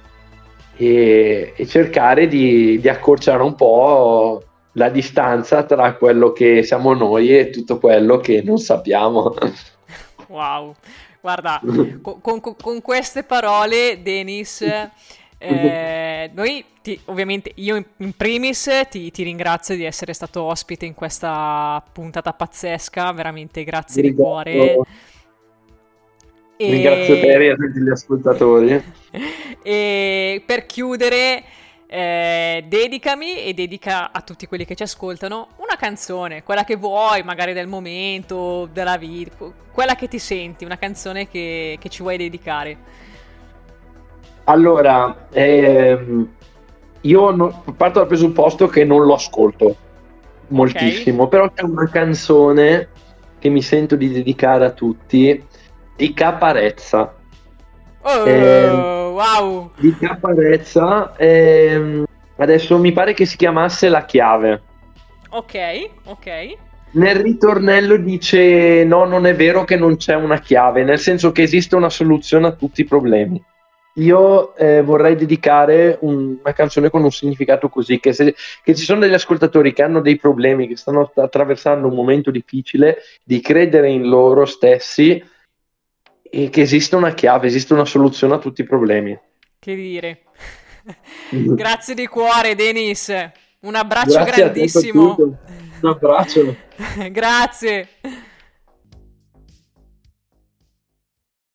e cercare di accorciare un po' la distanza tra quello che siamo noi e tutto quello che non sappiamo. Wow, guarda, con queste parole, Denis, ovviamente, io in primis ti ringrazio di essere stato ospite in questa puntata pazzesca, veramente grazie di cuore. Ringrazio te e tutti gli ascoltatori. E per chiudere, dedicami e dedica a tutti quelli che ci ascoltano una canzone, quella che vuoi, magari del momento, della vita, quella che ti senti, una canzone che ci vuoi dedicare. Allora, parto dal presupposto che non lo ascolto moltissimo, però c'è una canzone che mi sento di dedicare a tutti, di Caparezza. Wow! Di Caparezza, adesso mi pare che si chiamasse La Chiave. Ok. Nel ritornello dice: no, non è vero che non c'è una chiave, nel senso che esiste una soluzione a tutti i problemi. Io vorrei dedicare una canzone con un significato così, che ci sono degli ascoltatori che hanno dei problemi, che stanno attraversando un momento difficile, di credere in loro stessi e che esiste una chiave, esiste una soluzione a tutti i problemi. Che dire. Grazie di cuore, Denis. Un abbraccio Grazie a te per grandissimo. tutto. Un abbraccio. Grazie.